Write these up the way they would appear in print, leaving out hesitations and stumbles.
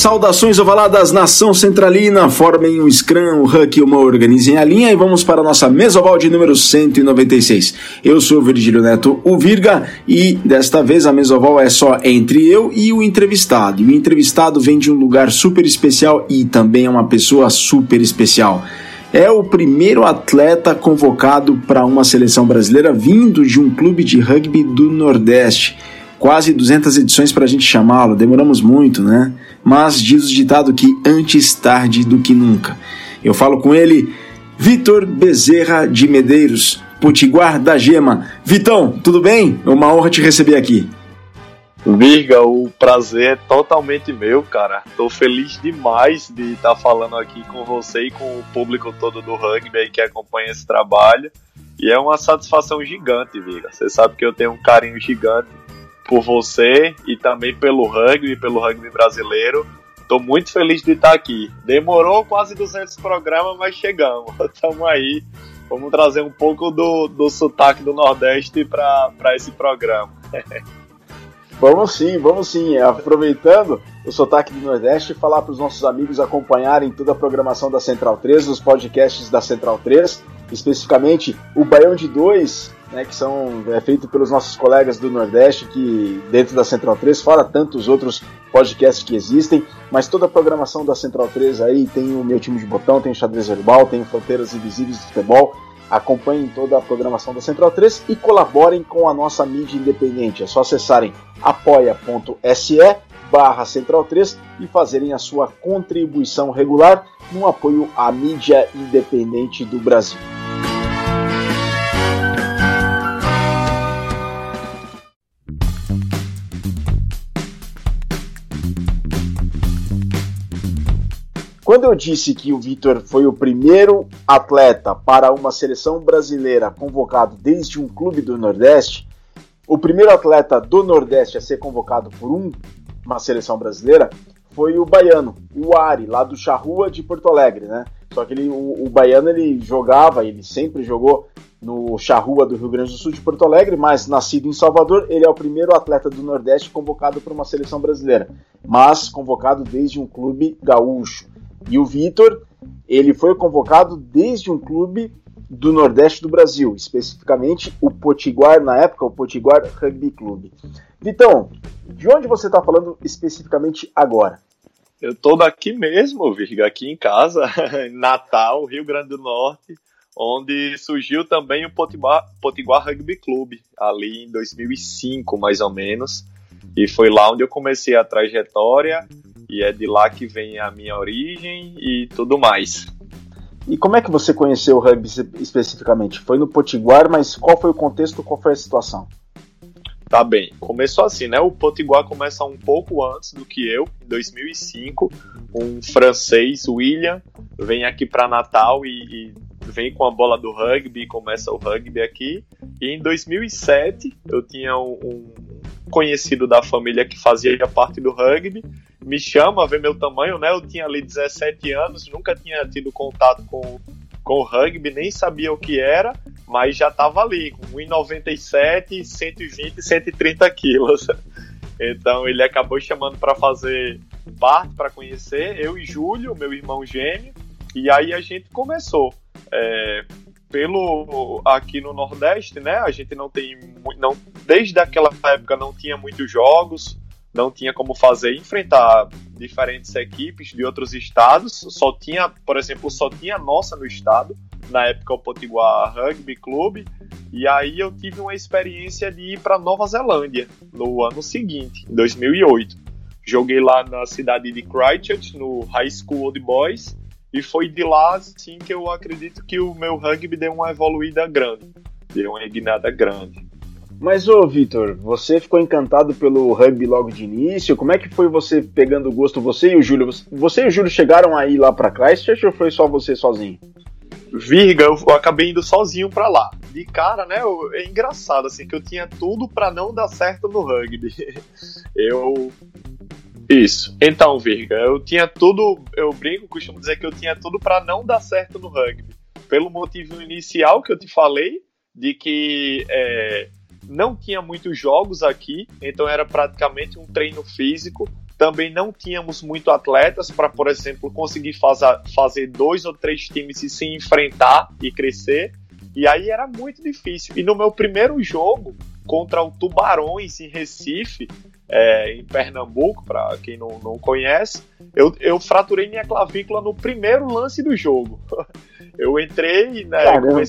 Saudações ovaladas, nação centralina, formem um scrum, o huck e uma organizem a linha e vamos para a nossa mesa oval de número 196. Eu sou o Virgílio Neto, o Virga, e desta vez a mesa oval é só entre eu e o entrevistado. E o entrevistado vem de um lugar super especial e também é uma pessoa super especial. É o primeiro atleta convocado para uma seleção brasileira vindo de um clube de rugby do Nordeste. Quase 200 edições para a gente chamá-lo, demoramos muito, né? Mas diz o ditado que antes tarde do que nunca. Eu falo com ele, Vitor Bezerra de Medeiros, Potiguar da Gema. Vitão, tudo bem? É uma honra te receber aqui. Virga, o prazer é totalmente meu, cara. Tô feliz demais de estar falando aqui com você e com o público todo do rugby aí que acompanha esse trabalho. E é uma satisfação gigante, Virga. Você sabe que eu tenho um carinho gigante por você e também pelo rugby brasileiro. Tô muito feliz de estar aqui. Demorou quase 200 programas, mas chegamos. Estamos aí. Vamos trazer um pouco do sotaque do Nordeste para esse programa. Vamos sim. Aproveitando o sotaque do Nordeste, falar para os nossos amigos acompanharem toda a programação da Central 3, os podcasts da Central 3, especificamente o Baião de 2, né, que é feito pelos nossos colegas do Nordeste, que dentro da Central 3, fora tantos outros podcasts que existem, mas toda a programação da Central 3 aí tem o Meu Time de Botão, tem o Xadrez Herbal, tem o Fronteiras Invisíveis do Futebol. Acompanhem toda a programação da Central 3 e colaborem com a nossa mídia independente. É só acessarem apoia.se/Central 3 e fazerem a sua contribuição regular no apoio à mídia independente do Brasil. Quando eu disse que o Vitor foi o primeiro atleta para uma seleção brasileira convocado desde um clube do Nordeste, o primeiro atleta do Nordeste a ser convocado por uma seleção brasileira foi o baiano, o Ari, lá do Charrua de Porto Alegre, né? Só que o baiano ele sempre jogou no Charrua do Rio Grande do Sul de Porto Alegre, mas nascido em Salvador, ele é o primeiro atleta do Nordeste convocado por uma seleção brasileira, mas convocado desde um clube gaúcho. E o Vitor, ele foi convocado desde um clube do Nordeste do Brasil, especificamente o Potiguar, na época, o Potiguar Rugby Clube. Vitão, de onde você está falando especificamente agora? Eu tô daqui mesmo, Virga, aqui em casa, em Natal, Rio Grande do Norte, onde surgiu também o Potiguar Rugby Clube, ali em 2005, mais ou menos. E foi lá onde eu comecei a trajetória, e é de lá que vem a minha origem e tudo mais. E como é que você conheceu o rugby especificamente? Foi no Potiguar, mas qual foi o contexto, qual foi a situação? Tá bem, começou assim, né? O Potiguar começa um pouco antes do que eu, em 2005. Um francês, William, vem aqui para Natal e vem com a bola do rugby, começa o rugby aqui. E em 2007, eu tinha um conhecido da família que fazia parte do rugby, me chama a ver meu tamanho, né? Eu tinha ali 17 anos, nunca tinha tido contato com o rugby, nem sabia o que era, mas já estava ali, com 1,97, 120, 130 quilos. Então ele acabou chamando para fazer parte, para conhecer, eu e Júlio, meu irmão gêmeo, e aí a gente começou. Aqui no Nordeste, né, a gente desde aquela época não tinha muitos jogos, não tinha como enfrentar diferentes equipes de outros estados, por exemplo, só tinha a nossa no estado, na época o Potiguar Rugby Clube, e aí eu tive uma experiência de ir para Nova Zelândia no ano seguinte, em 2008. Joguei lá na cidade de Christchurch, no High School Old Boys, e foi de lá, assim, que eu acredito que o meu rugby deu uma evoluída grande, deu uma guinada grande. Mas, Vitor, você ficou encantado pelo rugby logo de início? Como é que foi você pegando gosto, você e o Júlio? Você e o Júlio chegaram a ir lá para Christchurch ou foi só você sozinho? Virga, eu acabei indo sozinho pra lá. De cara, né, é engraçado, assim, que eu tinha tudo pra não dar certo no rugby. Isso. Então, Virga, eu tinha tudo, eu costumo dizer que eu tinha tudo pra não dar certo no rugby. Pelo motivo inicial que eu te falei, de que não tinha muitos jogos aqui, então era praticamente um treino físico também não tínhamos muito atletas para, por exemplo, conseguir fazer 2 ou 3 times e se enfrentar e crescer. E aí era muito difícil. E no meu primeiro jogo, contra o Tubarões em Recife, em Pernambuco, para quem não conhece, eu fraturei minha clavícula no primeiro lance do jogo. Eu entrei, né,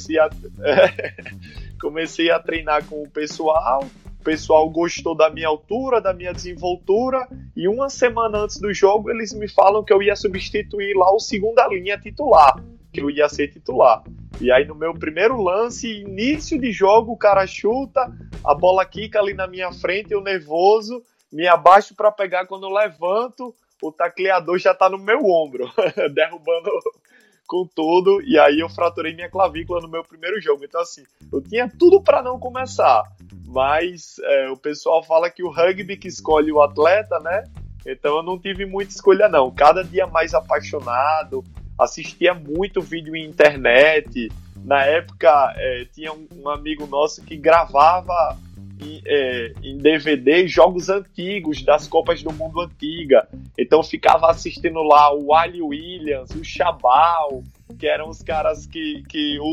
comecei a treinar com o pessoal gostou da minha altura, da minha desenvoltura, e uma semana antes do jogo eles me falam que eu ia substituir lá o segunda linha titular, que eu ia ser titular. E aí no meu primeiro lance, início de jogo, o cara chuta, a bola quica ali na minha frente, eu nervoso, me abaixo para pegar, quando eu levanto, o tacleador já tá no meu ombro, derrubando com tudo, e aí eu fraturei minha clavícula no meu primeiro jogo. Então assim, eu tinha tudo para não começar, mas o pessoal fala que o rugby que escolhe o atleta, né? Então eu não tive muita escolha não, cada dia mais apaixonado, assistia muito vídeo em internet. Na época tinha um amigo nosso que gravava em DVD jogos antigos das Copas do Mundo antiga, então ficava assistindo lá o Ali Williams, o Chabal, que eram os caras que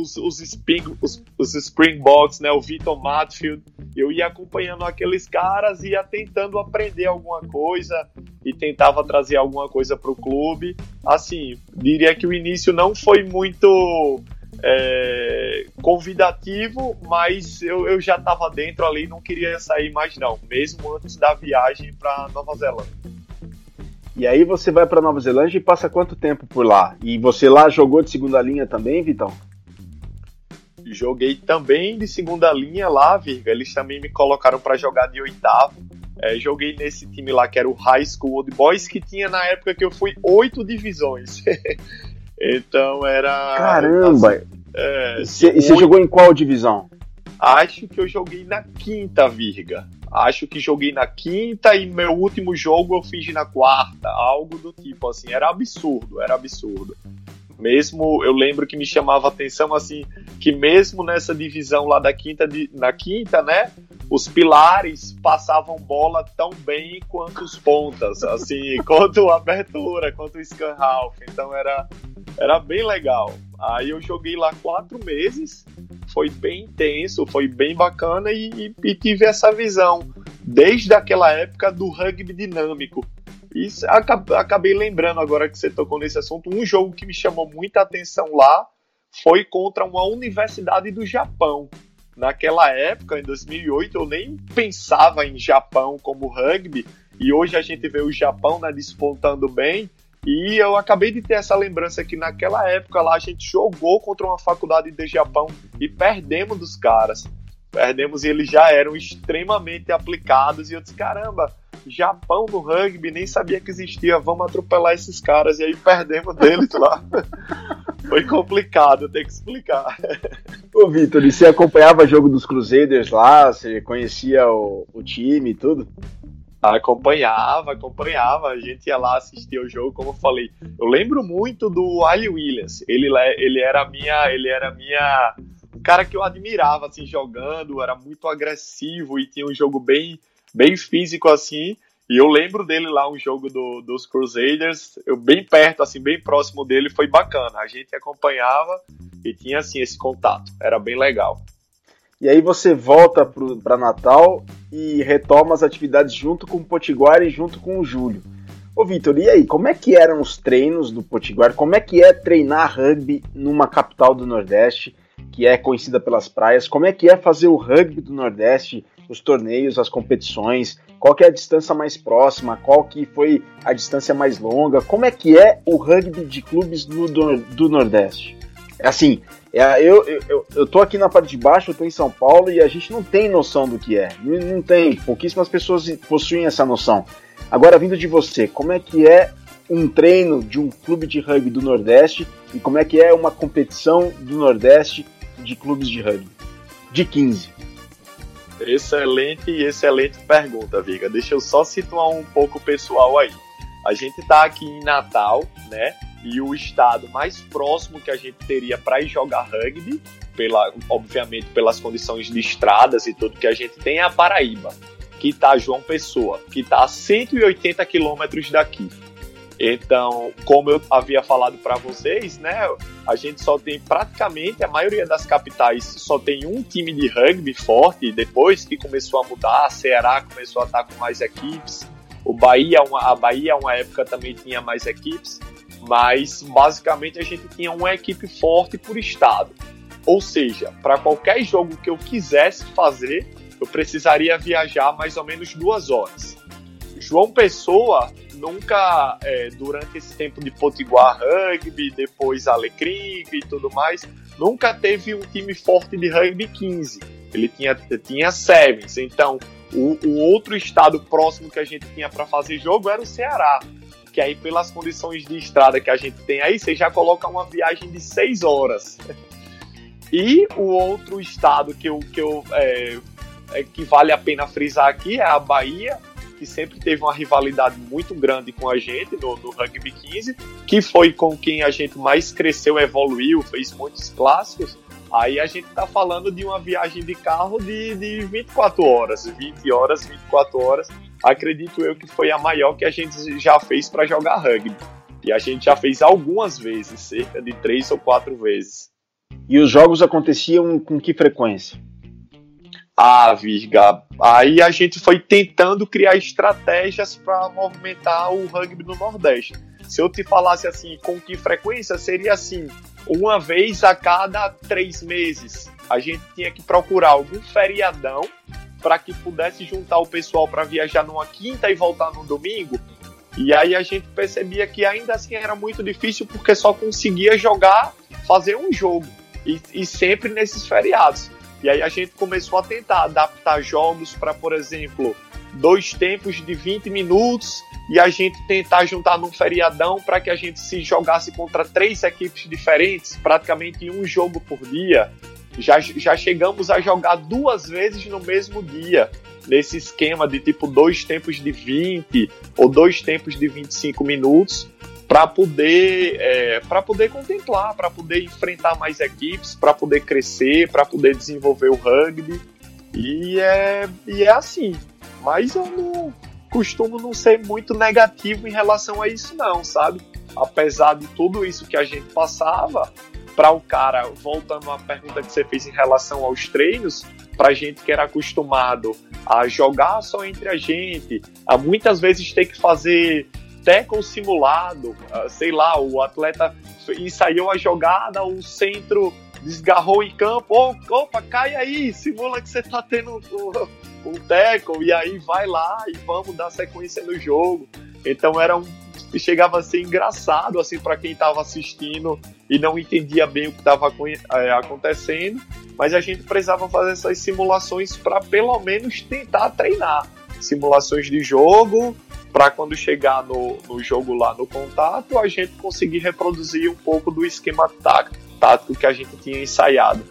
os Springboks, né, o Vitor Matfield. Eu ia acompanhando aqueles caras, ia tentando aprender alguma coisa e tentava trazer alguma coisa para o clube. Assim, diria que o início não foi muito convidativo, mas eu já estava dentro ali, não queria sair mais não, mesmo antes da viagem para Nova Zelândia. E aí você vai para Nova Zelândia e passa quanto tempo por lá? E você lá jogou de segunda linha também, Vitão? Joguei também de segunda linha lá, Virga. Eles também me colocaram para jogar de oitavo. Joguei nesse time lá que era o High School Old Boys, que tinha na época que eu fui 8 divisões. Então era... Caramba! Assim, e você jogou em qual divisão? Acho que eu joguei na quinta, Virga. Acho que joguei na quinta e meu último jogo eu fiz na quarta. Algo do tipo, assim. Era absurdo. Mesmo, eu lembro que me chamava a atenção, assim, que mesmo nessa divisão lá na quinta, né, os pilares passavam bola tão bem quanto os pontas, assim, quanto a abertura, quanto o scan half. Então era bem legal. Aí eu joguei lá 4 meses, foi bem intenso, foi bem bacana e tive essa visão, desde aquela época, do rugby dinâmico. E acabei lembrando agora que você tocou nesse assunto, um jogo que me chamou muita atenção lá foi contra uma universidade do Japão. Naquela época, em 2008, eu nem pensava em Japão como rugby, e hoje a gente vê o Japão, né, despontando bem, e eu acabei de ter essa lembrança que naquela época lá a gente jogou contra uma faculdade de Japão e perdemos dos caras. Perdemos e eles já eram extremamente aplicados, e eu disse, caramba, Japão no rugby, nem sabia que existia, vamos atropelar esses caras, e aí perdemos deles lá. Foi complicado, ter que explicar. Ô Vitor, e você acompanhava o jogo dos Crusaders lá? Você conhecia o time e tudo? Acompanhava, a gente ia lá assistir o jogo, como eu falei. Eu lembro muito do Ali Williams, ele era um cara que eu admirava, assim, jogando, era muito agressivo e tinha um jogo bem físico, assim, e eu lembro dele lá, um jogo dos Crusaders, eu bem perto, assim, bem próximo dele, foi bacana, a gente acompanhava e tinha, assim, esse contato, era bem legal. E aí você volta para Natal e retoma as atividades junto com o Potiguar e junto com o Júlio. Ô Vitor, e aí, como é que eram os treinos do Potiguar? Como é que é treinar rugby numa capital do Nordeste, que é conhecida pelas praias? Como é que é fazer o rugby do Nordeste, os torneios, as competições? Qual que é a distância mais próxima? Qual que foi a distância mais longa? Como é que é o rugby de clubes do Nordeste? Assim, eu tô aqui na parte de baixo, eu tô em São Paulo e a gente não tem noção do que é. Não tem, pouquíssimas pessoas possuem essa noção. Agora, vindo de você, como é que é um treino de um clube de rugby do Nordeste e como é que é uma competição do Nordeste de clubes de rugby? De 15. Excelente pergunta, Viga. Deixa eu só situar um pouco o pessoal aí. A gente tá aqui em Natal, né? E o estado mais próximo que a gente teria para ir jogar rugby, obviamente pelas condições de estradas e tudo que a gente tem, é a Paraíba. que está João Pessoa, que está a 180 quilômetros daqui. Então, como eu havia falado para vocês, né, a gente só tem praticamente, a maioria das capitais só tem um time de rugby forte. Depois que começou a mudar, a Ceará começou a estar com mais equipes, a Bahia, uma época, também tinha mais equipes, mas basicamente a gente tinha uma equipe forte por estado. Ou seja, para qualquer jogo que eu quisesse fazer, eu precisaria viajar mais ou menos 2 horas. João Pessoa nunca, durante esse tempo de Potiguar Rugby, depois Alecrim e tudo mais, nunca teve um time forte de Rugby 15. Ele tinha Sevens. Então, o outro estado próximo que a gente tinha para fazer jogo era o Ceará. Que aí, pelas condições de estrada que a gente tem aí, você já coloca uma viagem de 6 horas. E o outro estado que vale a pena frisar aqui é a Bahia, que sempre teve uma rivalidade muito grande com a gente no Rugby 15, que foi com quem a gente mais cresceu, evoluiu, fez muitos clássicos. Aí a gente tá falando de uma viagem de carro de 24 horas, 20 horas, 24 horas. Acredito eu que foi a maior que a gente já fez para jogar rugby. E a gente já fez algumas vezes, cerca de 3 ou 4 vezes. E os jogos aconteciam com que frequência? Virga, aí a gente foi tentando criar estratégias para movimentar o rugby no Nordeste. Se eu te falasse assim, com que frequência, seria assim, uma vez a cada 3 meses. A gente tinha que procurar algum feriadão para que pudesse juntar o pessoal para viajar numa quinta e voltar no domingo. E aí a gente percebia que ainda assim era muito difícil, porque só conseguia fazer um jogo, e sempre nesses feriados. E aí a gente começou a tentar adaptar jogos para, por exemplo, 2 tempos de 20 minutos e a gente tentar juntar num feriadão para que a gente se jogasse contra 3 equipes diferentes, praticamente em um jogo por dia. Já chegamos a jogar 2 vezes no mesmo dia, nesse esquema de tipo 2 tempos de 20 ou 2 tempos de 25 minutos, para poder contemplar, para poder enfrentar mais equipes, para poder crescer, para poder desenvolver o rugby. E é assim. Mas eu não costumo não ser muito negativo em relação a isso não, sabe? Apesar de tudo isso que a gente passava, para o cara, voltando à pergunta que você fez em relação aos treinos, para a gente que era acostumado a jogar só entre a gente, a muitas vezes ter que fazer tackle simulado, sei lá, o atleta ensaiou a jogada, o centro desgarrou em campo, opa, cai aí, simula que você tá tendo um tackle, e aí vai lá e vamos dar sequência no jogo. Então chegava a ser engraçado assim para quem estava assistindo e não entendia bem o que estava acontecendo, mas a gente precisava fazer essas simulações para pelo menos tentar treinar simulações de jogo, para quando chegar no jogo lá no contato, a gente conseguir reproduzir um pouco do esquema tático que a gente tinha ensaiado.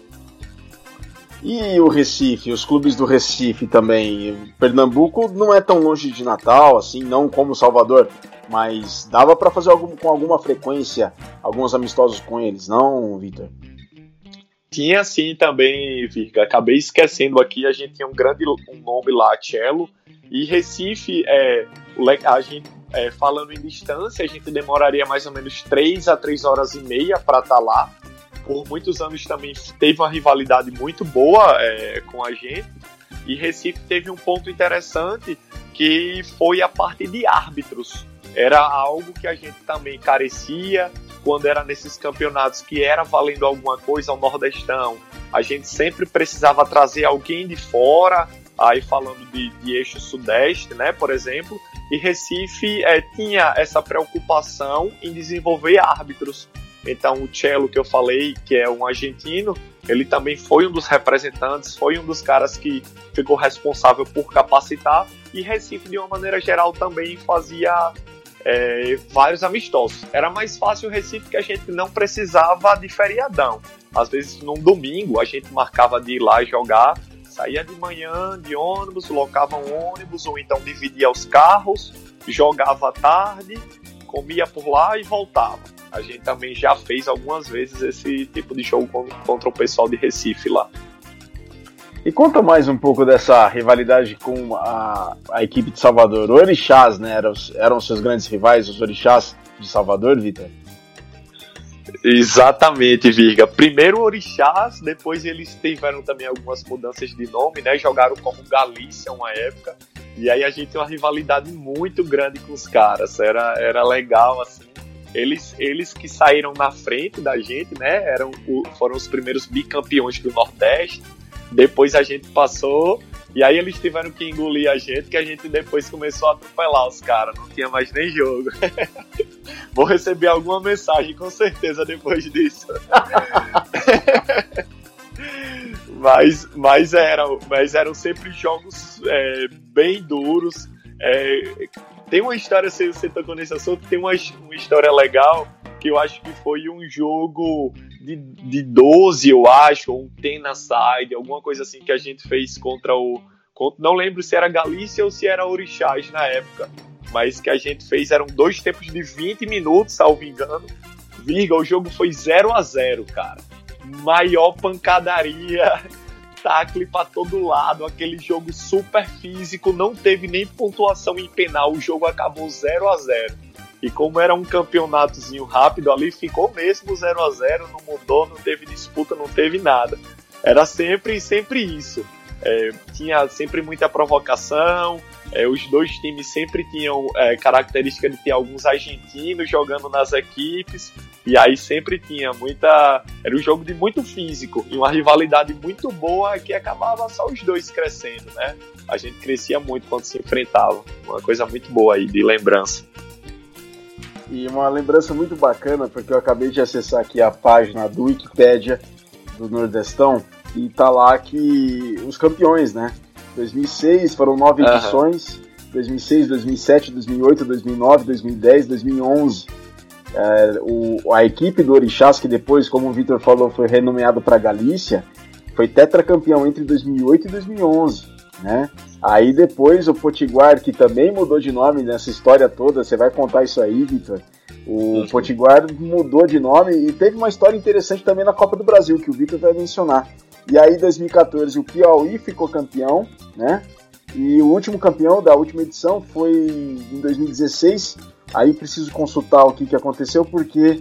E o Recife, os clubes do Recife também? Pernambuco não é tão longe de Natal, assim, não como Salvador, mas dava para fazer com alguma frequência alguns amistosos com eles, não, Vitor? Tinha sim também, Virga. Acabei esquecendo aqui, a gente tinha um nome lá, Cello, e Recife, a gente, falando em distância, a gente demoraria mais ou menos 3 a 3 horas e meia para estar lá. Por muitos anos também teve uma rivalidade muito boa com a gente, e Recife teve um ponto interessante, que foi a parte de árbitros. Era algo que a gente também carecia quando era nesses campeonatos que era valendo alguma coisa ao Nordestão. A gente sempre precisava trazer alguém de fora, aí falando de eixo sudeste, né, por exemplo, e Recife tinha essa preocupação em desenvolver árbitros. Então o Cello, que eu falei, que é um argentino, ele também foi um dos representantes, foi um dos caras que ficou responsável por capacitar, e Recife, de uma maneira geral, também fazia vários amistosos. Era mais fácil o Recife, que a gente não precisava de feriadão. Às vezes, num domingo, a gente marcava de ir lá jogar, saía de manhã de ônibus, locava um ônibus, ou então dividia os carros, jogava à tarde, comia por lá e voltava. A gente também já fez algumas vezes esse tipo de jogo contra o pessoal de Recife lá. E conta mais um pouco dessa rivalidade com a equipe de Salvador. Orixás, né? Eram seus grandes rivais, os Orixás de Salvador, Vitor? Exatamente, Virga. Primeiro Orixás, depois eles tiveram também algumas mudanças de nome, né? Jogaram como Galícia uma época. E aí a gente tem uma rivalidade muito grande com os caras. Era legal, assim. Eles que saíram na frente da gente, né? Foram os primeiros bicampeões do Nordeste. Depois a gente passou, e aí eles tiveram que engolir a gente, que a gente depois começou a atropelar os caras, não tinha mais nem jogo. Vou receber alguma mensagem com certeza depois disso. mas eram sempre jogos bem duros. Tem uma história, você tocou nesse assunto, tem uma história legal, que eu acho que foi um jogo de 12, eu acho, ou um Tenaside, alguma coisa assim que a gente fez contra não lembro se era Galícia ou se era Orixás na época, mas que a gente fez, eram 2 tempos de 20 minutos, salvo engano. Virga, o jogo foi 0-0, cara. Maior pancadaria, tacle pra todo lado, aquele jogo super físico, não teve nem pontuação em penal, o jogo acabou 0-0. E como era um campeonatozinho rápido ali, ficou mesmo 0-0, não mudou, não teve disputa, não teve nada. Era sempre isso. Tinha sempre muita provocação, os dois times sempre tinham característica de ter alguns argentinos jogando nas equipes, e aí sempre tinha era um jogo de muito físico, e uma rivalidade muito boa que acabava só os dois crescendo, né? A gente crescia muito quando se enfrentava, uma coisa muito boa aí, de lembrança. E uma lembrança muito bacana, porque eu acabei de acessar aqui a página do Wikipédia do Nordestão, e tá lá que os campeões, né? 2006 foram 9 edições, 2006, 2007, 2008, 2009, 2010, 2011. A equipe do Orixás, que depois, como o Vitor falou, foi renomeado para Galícia, foi tetracampeão entre 2008 e 2011, né? Aí depois o Potiguar, que também mudou de nome nessa história toda, você vai contar isso aí, Vitor? O Potiguar mudou de nome e teve uma história interessante também na Copa do Brasil, que o Vitor vai mencionar. E aí, em 2014, o Piauí ficou campeão, né? E o último campeão da última edição foi em 2016. Aí preciso consultar o que aconteceu, porque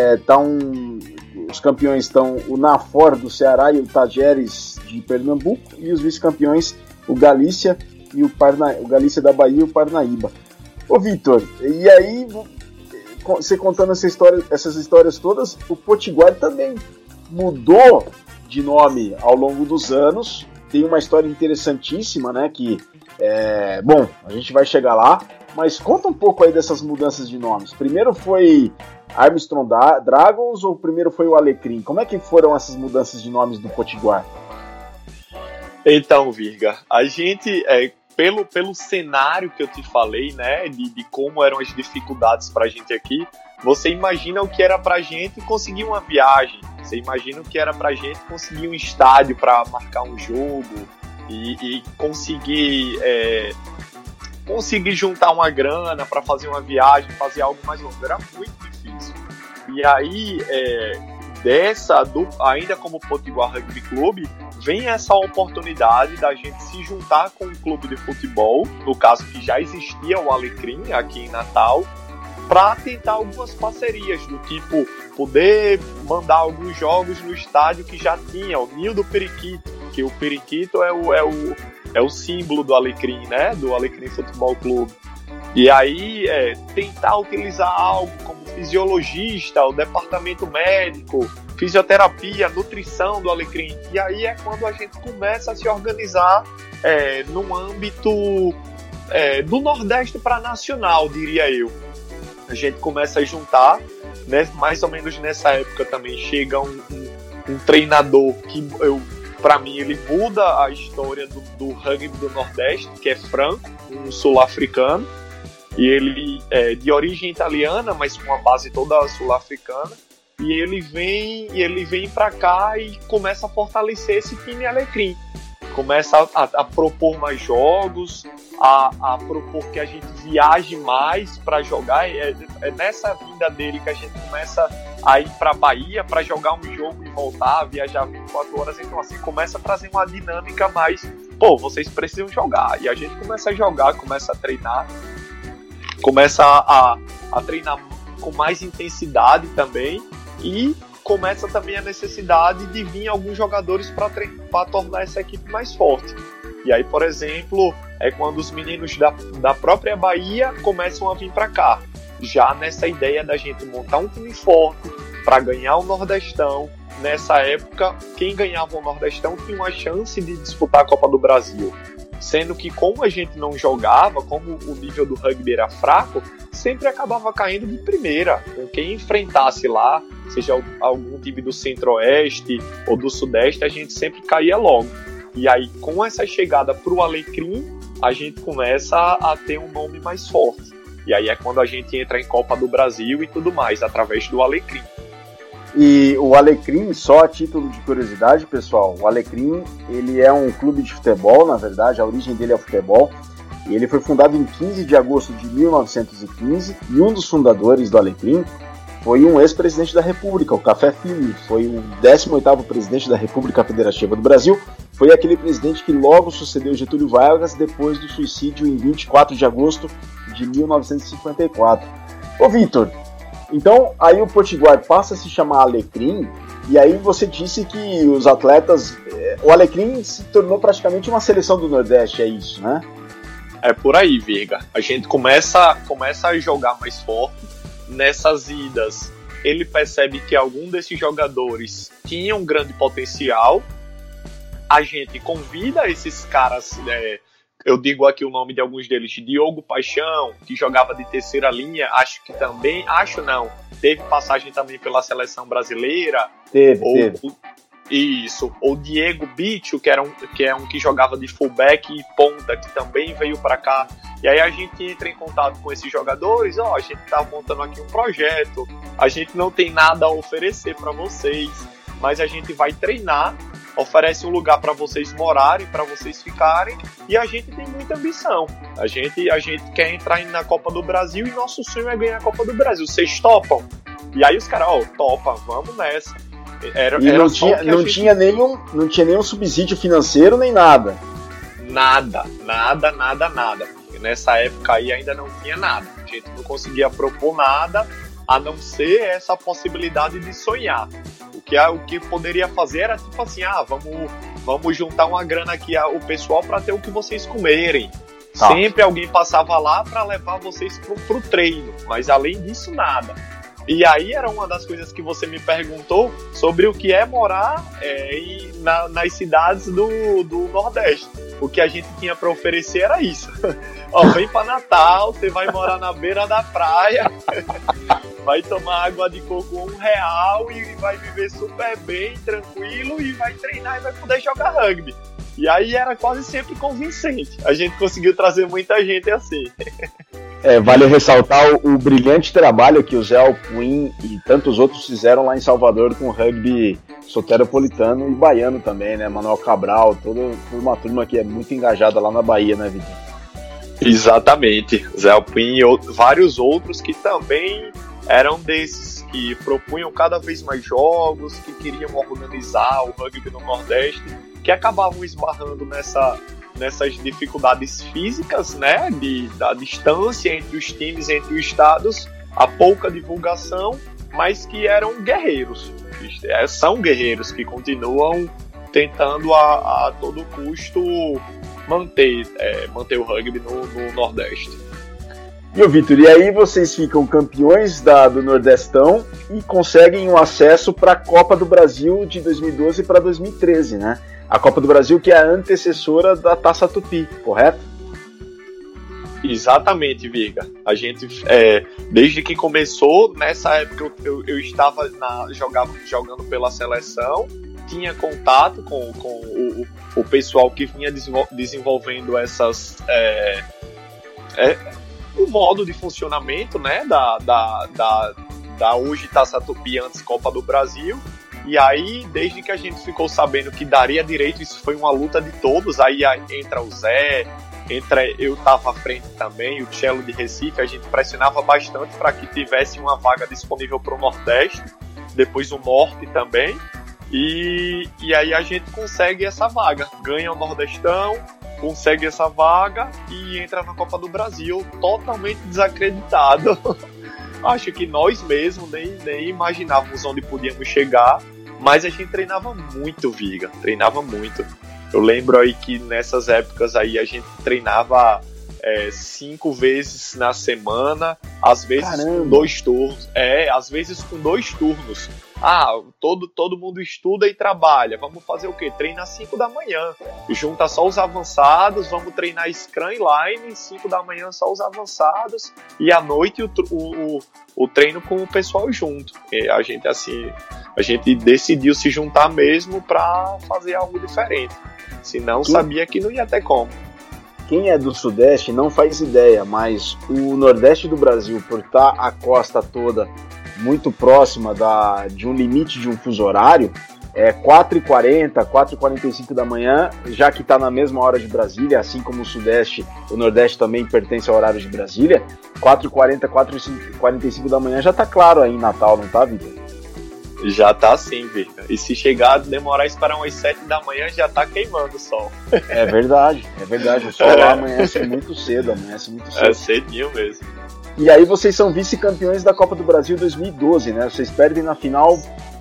os campeões estão o Nafor do Ceará e o Tajeres de Pernambuco, e os vice-campeões o Galícia e o Galícia da Bahia e o Parnaíba. Ô Vitor, e aí, você contando essas histórias todas, o Potiguar também mudou de nome ao longo dos anos. Tem uma história interessantíssima, né, que, bom, a gente vai chegar lá, mas conta um pouco aí dessas mudanças de nomes. Primeiro foi Armstrong Dragons ou primeiro foi o Alecrim? Como é que foram essas mudanças de nomes do Potiguar? Então, Virga, a gente, pelo cenário que eu te falei, né, de como eram as dificuldades pra gente aqui, você imagina o que era pra gente conseguir uma viagem, você imagina o que era pra gente conseguir um estádio pra marcar um jogo e conseguir juntar uma grana pra fazer uma viagem, fazer algo mais longo, era muito difícil. E aí, ainda como Potiguar Rugby Clube, vem essa oportunidade da gente se juntar com um clube de futebol, no caso que já existia o Alecrim aqui em Natal, para tentar algumas parcerias, do tipo poder mandar alguns jogos no estádio que já tinha, o Ninho do Periquito, que o Periquito é o símbolo do Alecrim, né, do Alecrim Futebol Clube. E aí tentar utilizar algo como fisiologista, o departamento médico, fisioterapia, nutrição do Alecrim. E aí é quando a gente começa a se organizar no âmbito do Nordeste para nacional, diria eu. A gente começa a juntar, né, mais ou menos nessa época também chega um treinador que para mim ele muda a história do rugby do Nordeste, que é Franco, um sul-africano, e ele é de origem italiana, mas com uma base toda sul-africana. E ele vem para cá e começa a fortalecer esse time Alecrim. Começa a propor mais jogos, a propor que a gente viaje mais para jogar. É nessa vinda dele que a gente começa a ir pra Bahia para jogar um jogo e voltar, viajar 24 horas. Então, assim, começa a trazer uma dinâmica mais, pô, vocês precisam jogar. E a gente começa a jogar, começa a treinar, começa a treinar com mais intensidade também, e começa também a necessidade de vir alguns jogadores para tornar essa equipe mais forte. E aí, por exemplo, é quando os meninos da própria Bahia começam a vir para cá, já nessa ideia da gente montar um time forte para ganhar o Nordestão. Nessa época, quem ganhava o Nordestão tinha uma chance de disputar a Copa do Brasil. Sendo que, como a gente não jogava, como o nível do rugby era fraco, sempre acabava caindo de primeira. Com quem enfrentasse lá, seja algum time do Centro-Oeste ou do Sudeste, a gente sempre caía logo. E aí, com essa chegada para o Alecrim, a gente começa a ter um nome mais forte. E aí é quando a gente entra em Copa do Brasil e tudo mais, através do Alecrim. E o Alecrim, só a título de curiosidade, pessoal, o Alecrim, ele é um clube de futebol, na verdade, a origem dele é o futebol, e ele foi fundado em 15 de agosto de 1915, e um dos fundadores do Alecrim foi um ex-presidente da República, o Café Filho, foi o 18º presidente da República Federativa do Brasil, foi aquele presidente que logo sucedeu Getúlio Vargas depois do suicídio em 24 de agosto de 1954. Ô Vitor, então aí o Potiguar passa a se chamar Alecrim, e aí você disse que os atletas, o Alecrim se tornou praticamente uma seleção do Nordeste, é isso, né? É por aí, Virga. A gente começa a jogar mais forte. Nessas idas, ele percebe que algum desses jogadores tinha um grande potencial. A gente convida esses caras, eu digo aqui o nome de alguns deles, Diogo Paixão, que jogava de terceira linha, teve passagem também pela seleção brasileira. Teve. Isso, ou Diego Bicho, que é um que jogava de fullback e ponta, que também veio para cá. E aí a gente entra em contato com esses jogadores, a gente tá montando aqui um projeto, a gente não tem nada a oferecer para vocês, mas a gente vai treinar, oferece um lugar para vocês morarem, para vocês ficarem, e a gente tem muita ambição. A gente quer entrar na Copa do Brasil e nosso sonho é ganhar a Copa do Brasil. Vocês topam? E aí os caras, topa, vamos nessa. Não tinha nenhum subsídio financeiro nem nada. Nada. Nessa época aí ainda não tinha nada. A gente não conseguia propor nada a não ser essa possibilidade de sonhar. O que poderia fazer era tipo assim, vamos juntar uma grana aqui o pessoal para ter o que vocês comerem. Tá. Sempre alguém passava lá para levar vocês pro treino, mas além disso nada. E aí era uma das coisas que você me perguntou sobre o que é morar nas cidades do Nordeste. O que a gente tinha para oferecer era isso. Vem para Natal, você vai morar na beira da praia, vai tomar água de coco R$1 e vai viver super bem, tranquilo, e vai treinar e vai poder jogar rugby. E aí era quase sempre convincente. A gente conseguiu trazer muita gente assim. Vale ressaltar o brilhante trabalho que o Zé Alpuin e tantos outros fizeram lá em Salvador com o rugby soteropolitano e baiano também, né? Manuel Cabral, toda uma turma que é muito engajada lá na Bahia, né, Vitor? Exatamente. Zé Alpuin e vários outros que também eram desses que propunham cada vez mais jogos, que queriam organizar o rugby no Nordeste, que acabavam esbarrando nessas dificuldades físicas, né, da distância entre os times, entre os estados, a pouca divulgação, mas que eram guerreiros. São guerreiros que continuam tentando a todo custo manter o rugby no Nordeste. E Vitor, e aí vocês ficam campeões do Nordestão e conseguem um acesso para a Copa do Brasil de 2012 para 2013, né? A Copa do Brasil que é a antecessora da Taça Tupi, correto? Exatamente, Virga. A gente, desde que começou, nessa época eu estava jogando pela seleção, tinha contato com o pessoal que vinha desenvolvendo o modo de funcionamento, né, da hoje Taça Tupi, antes Copa do Brasil. E aí, desde que a gente ficou sabendo que daria direito, isso foi uma luta de todos. Aí entra o Zé, eu estava à frente também, o Cello de Recife, a gente pressionava bastante para que tivesse uma vaga disponível para o Nordeste. depois o Norte também, e aí a gente consegue essa vaga, ganha o Nordestão, consegue essa vaga e entra na Copa do Brasil totalmente desacreditado. Acho que nós mesmos nem imaginávamos onde podíamos chegar, mas a gente treinava muito, Viga, treinava muito. Eu lembro aí que nessas épocas aí a gente treinava 5 vezes na semana, às vezes com 2 turnos. Às vezes com 2 turnos. Todo mundo estuda e trabalha. Vamos fazer o quê? Treina às 5 da manhã. Junta só os avançados, vamos treinar Scrum e Line, 5 da manhã só os avançados, e à noite o treino com o pessoal junto. E a gente decidiu se juntar mesmo para fazer algo diferente. Senão sabia que não ia ter como. Quem é do Sudeste não faz ideia, mas o Nordeste do Brasil, por estar a costa toda muito próxima de um limite de um fuso horário, 4h40, 4h45 da manhã, já que está na mesma hora de Brasília, assim como o Sudeste, o Nordeste também pertence ao horário de Brasília, 4h40, 4h45 da manhã já está claro aí em Natal, não tá, Vitor? Já tá sim, Vitor. E se demorar a esperar umas 7 da manhã, já tá queimando o sol. É verdade. O sol lá amanhece muito cedo. É cedinho mesmo. E aí vocês são vice-campeões da Copa do Brasil 2012, né? Vocês perdem na final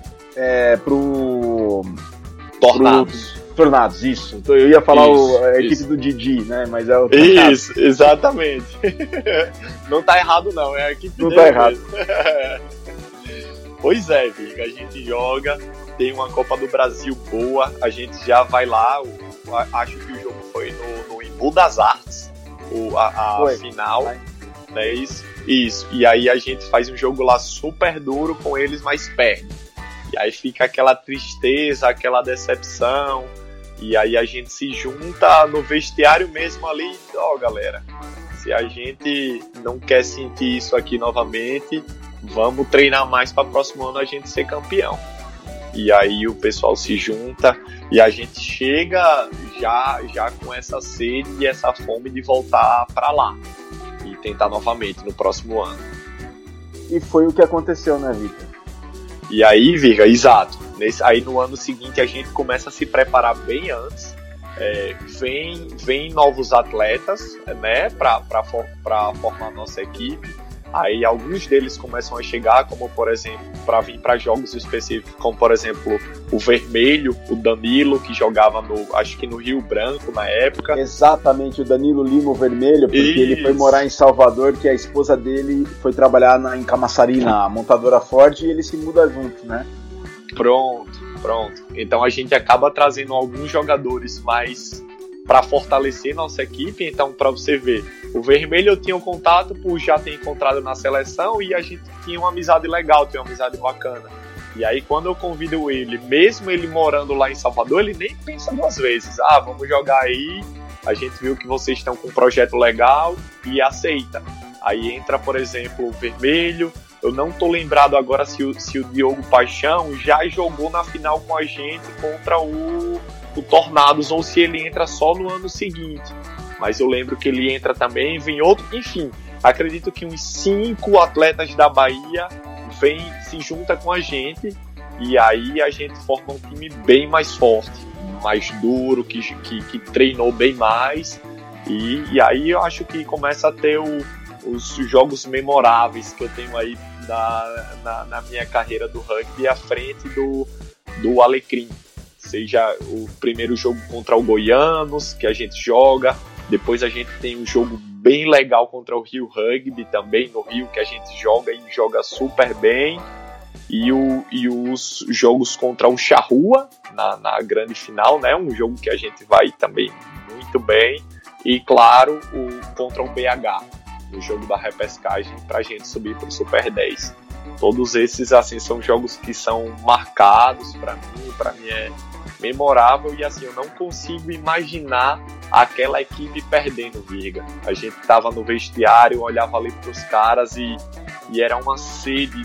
pro... Tornados, isso. Eu ia falar a equipe do Didi, né? Mas é o Tornados. Isso, exatamente. Não tá errado não, é a equipe não dele. Não tá errado. Pois é, Viga, a gente joga, tem uma Copa do Brasil boa, a gente já vai lá, acho que o jogo foi no Embu das Artes, a final, né, isso, e aí a gente faz um jogo lá super duro com eles, mas perde, e aí fica aquela tristeza, aquela decepção, e aí a gente se junta no vestiário mesmo ali, galera, se a gente não quer sentir isso aqui novamente, vamos treinar mais para o próximo ano a gente ser campeão. E aí o pessoal se junta e a gente chega já com essa sede e essa fome de voltar para lá e tentar novamente no próximo ano. E foi o que aconteceu, né, Vitor? E aí, Viga, exato. Aí no ano seguinte a gente começa a se preparar bem antes. Vem novos atletas, né, para formar a nossa equipe. Aí alguns deles começam a chegar, como por exemplo, para vir para jogos específicos, como por exemplo o Vermelho, o Danilo, que jogava acho que no Rio Branco na época. Exatamente, o Danilo Lima, o Vermelho, porque ele foi morar em Salvador, que a esposa dele foi trabalhar em Camaçari, na montadora Ford, e ele se muda junto, né? Pronto. Então a gente acaba trazendo alguns jogadores mais para fortalecer nossa equipe. Então, para você ver, o Vermelho eu tinha um contato por já ter encontrado na seleção e a gente tinha uma amizade legal, tinha uma amizade bacana. E aí, quando eu convido ele, mesmo ele morando lá em Salvador, ele nem pensa 2 vezes. Vamos jogar aí, a gente viu que vocês estão com um projeto legal e aceita. Aí entra, por exemplo, o Vermelho. Eu não tô lembrado agora se o Diogo Paixão já jogou na final com a gente contra o Tornados, ou se ele entra só no ano seguinte. Mas eu lembro que ele entra também, vem outro, enfim, acredito que uns 5 atletas da Bahia se junta com a gente, e aí a gente forma um time bem mais forte, mais duro, que treinou bem mais, e aí eu acho que começa a ter os jogos memoráveis que eu tenho aí na minha carreira do rugby, à frente do Alecrim. Seja o primeiro jogo contra o Goianos, que a gente joga, depois a gente tem um jogo bem legal contra o Rio Rugby, também no Rio, que a gente joga e joga super bem, e os jogos contra o Charrua, na grande final, né, um jogo que a gente vai também muito bem, e claro, contra o BH, no jogo da repescagem, pra gente subir pro Super 10. Todos esses, assim, são jogos que são marcados pra mim é memorável, e assim, eu não consigo imaginar aquela equipe perdendo, Virga. A gente tava no vestiário, olhava ali pros caras e era uma sede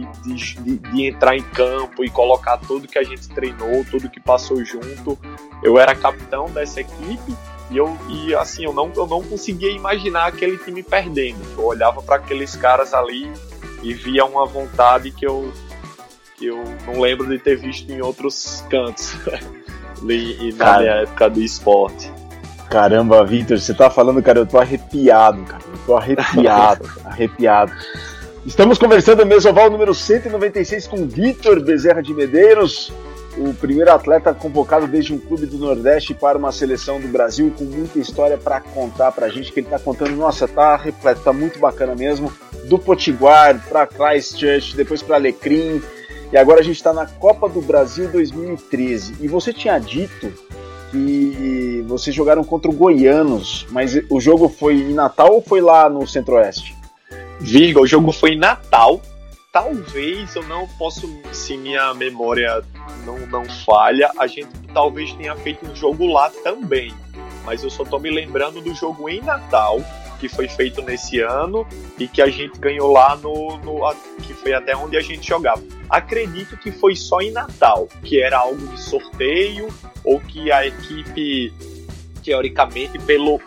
de entrar em campo e colocar tudo que a gente treinou, tudo que passou junto. Eu era capitão dessa equipe e assim, eu não conseguia imaginar aquele time perdendo. Eu olhava para aqueles caras ali e via uma vontade que eu que eu não lembro de ter visto em outros cantos na minha época do esporte. Caramba, Vitor, você tá falando, cara, eu tô arrepiado, cara. Eu tô arrepiado, arrepiado. Estamos conversando no Mesoval número 196 com Vitor Bezerra de Medeiros, o primeiro atleta convocado desde um clube do Nordeste para uma seleção do Brasil, com muita história para contar pra gente, que ele tá contando. Nossa, tá repleto, tá muito bacana mesmo. Do Potiguar para Christchurch, depois para Alecrim, e agora a gente tá na Copa do Brasil 2013. E você tinha dito que vocês jogaram contra o Goianos, mas o jogo foi em Natal ou foi lá no Centro-Oeste? Virga, o jogo foi em Natal. Talvez, eu não posso, se minha memória não falha, a gente talvez tenha feito um jogo lá também. Mas eu só tô me lembrando do jogo em Natal, que foi feito nesse ano e que a gente ganhou lá que foi até onde a gente jogava. Acredito que foi só em Natal, que era algo de sorteio, ou que a equipe, teoricamente,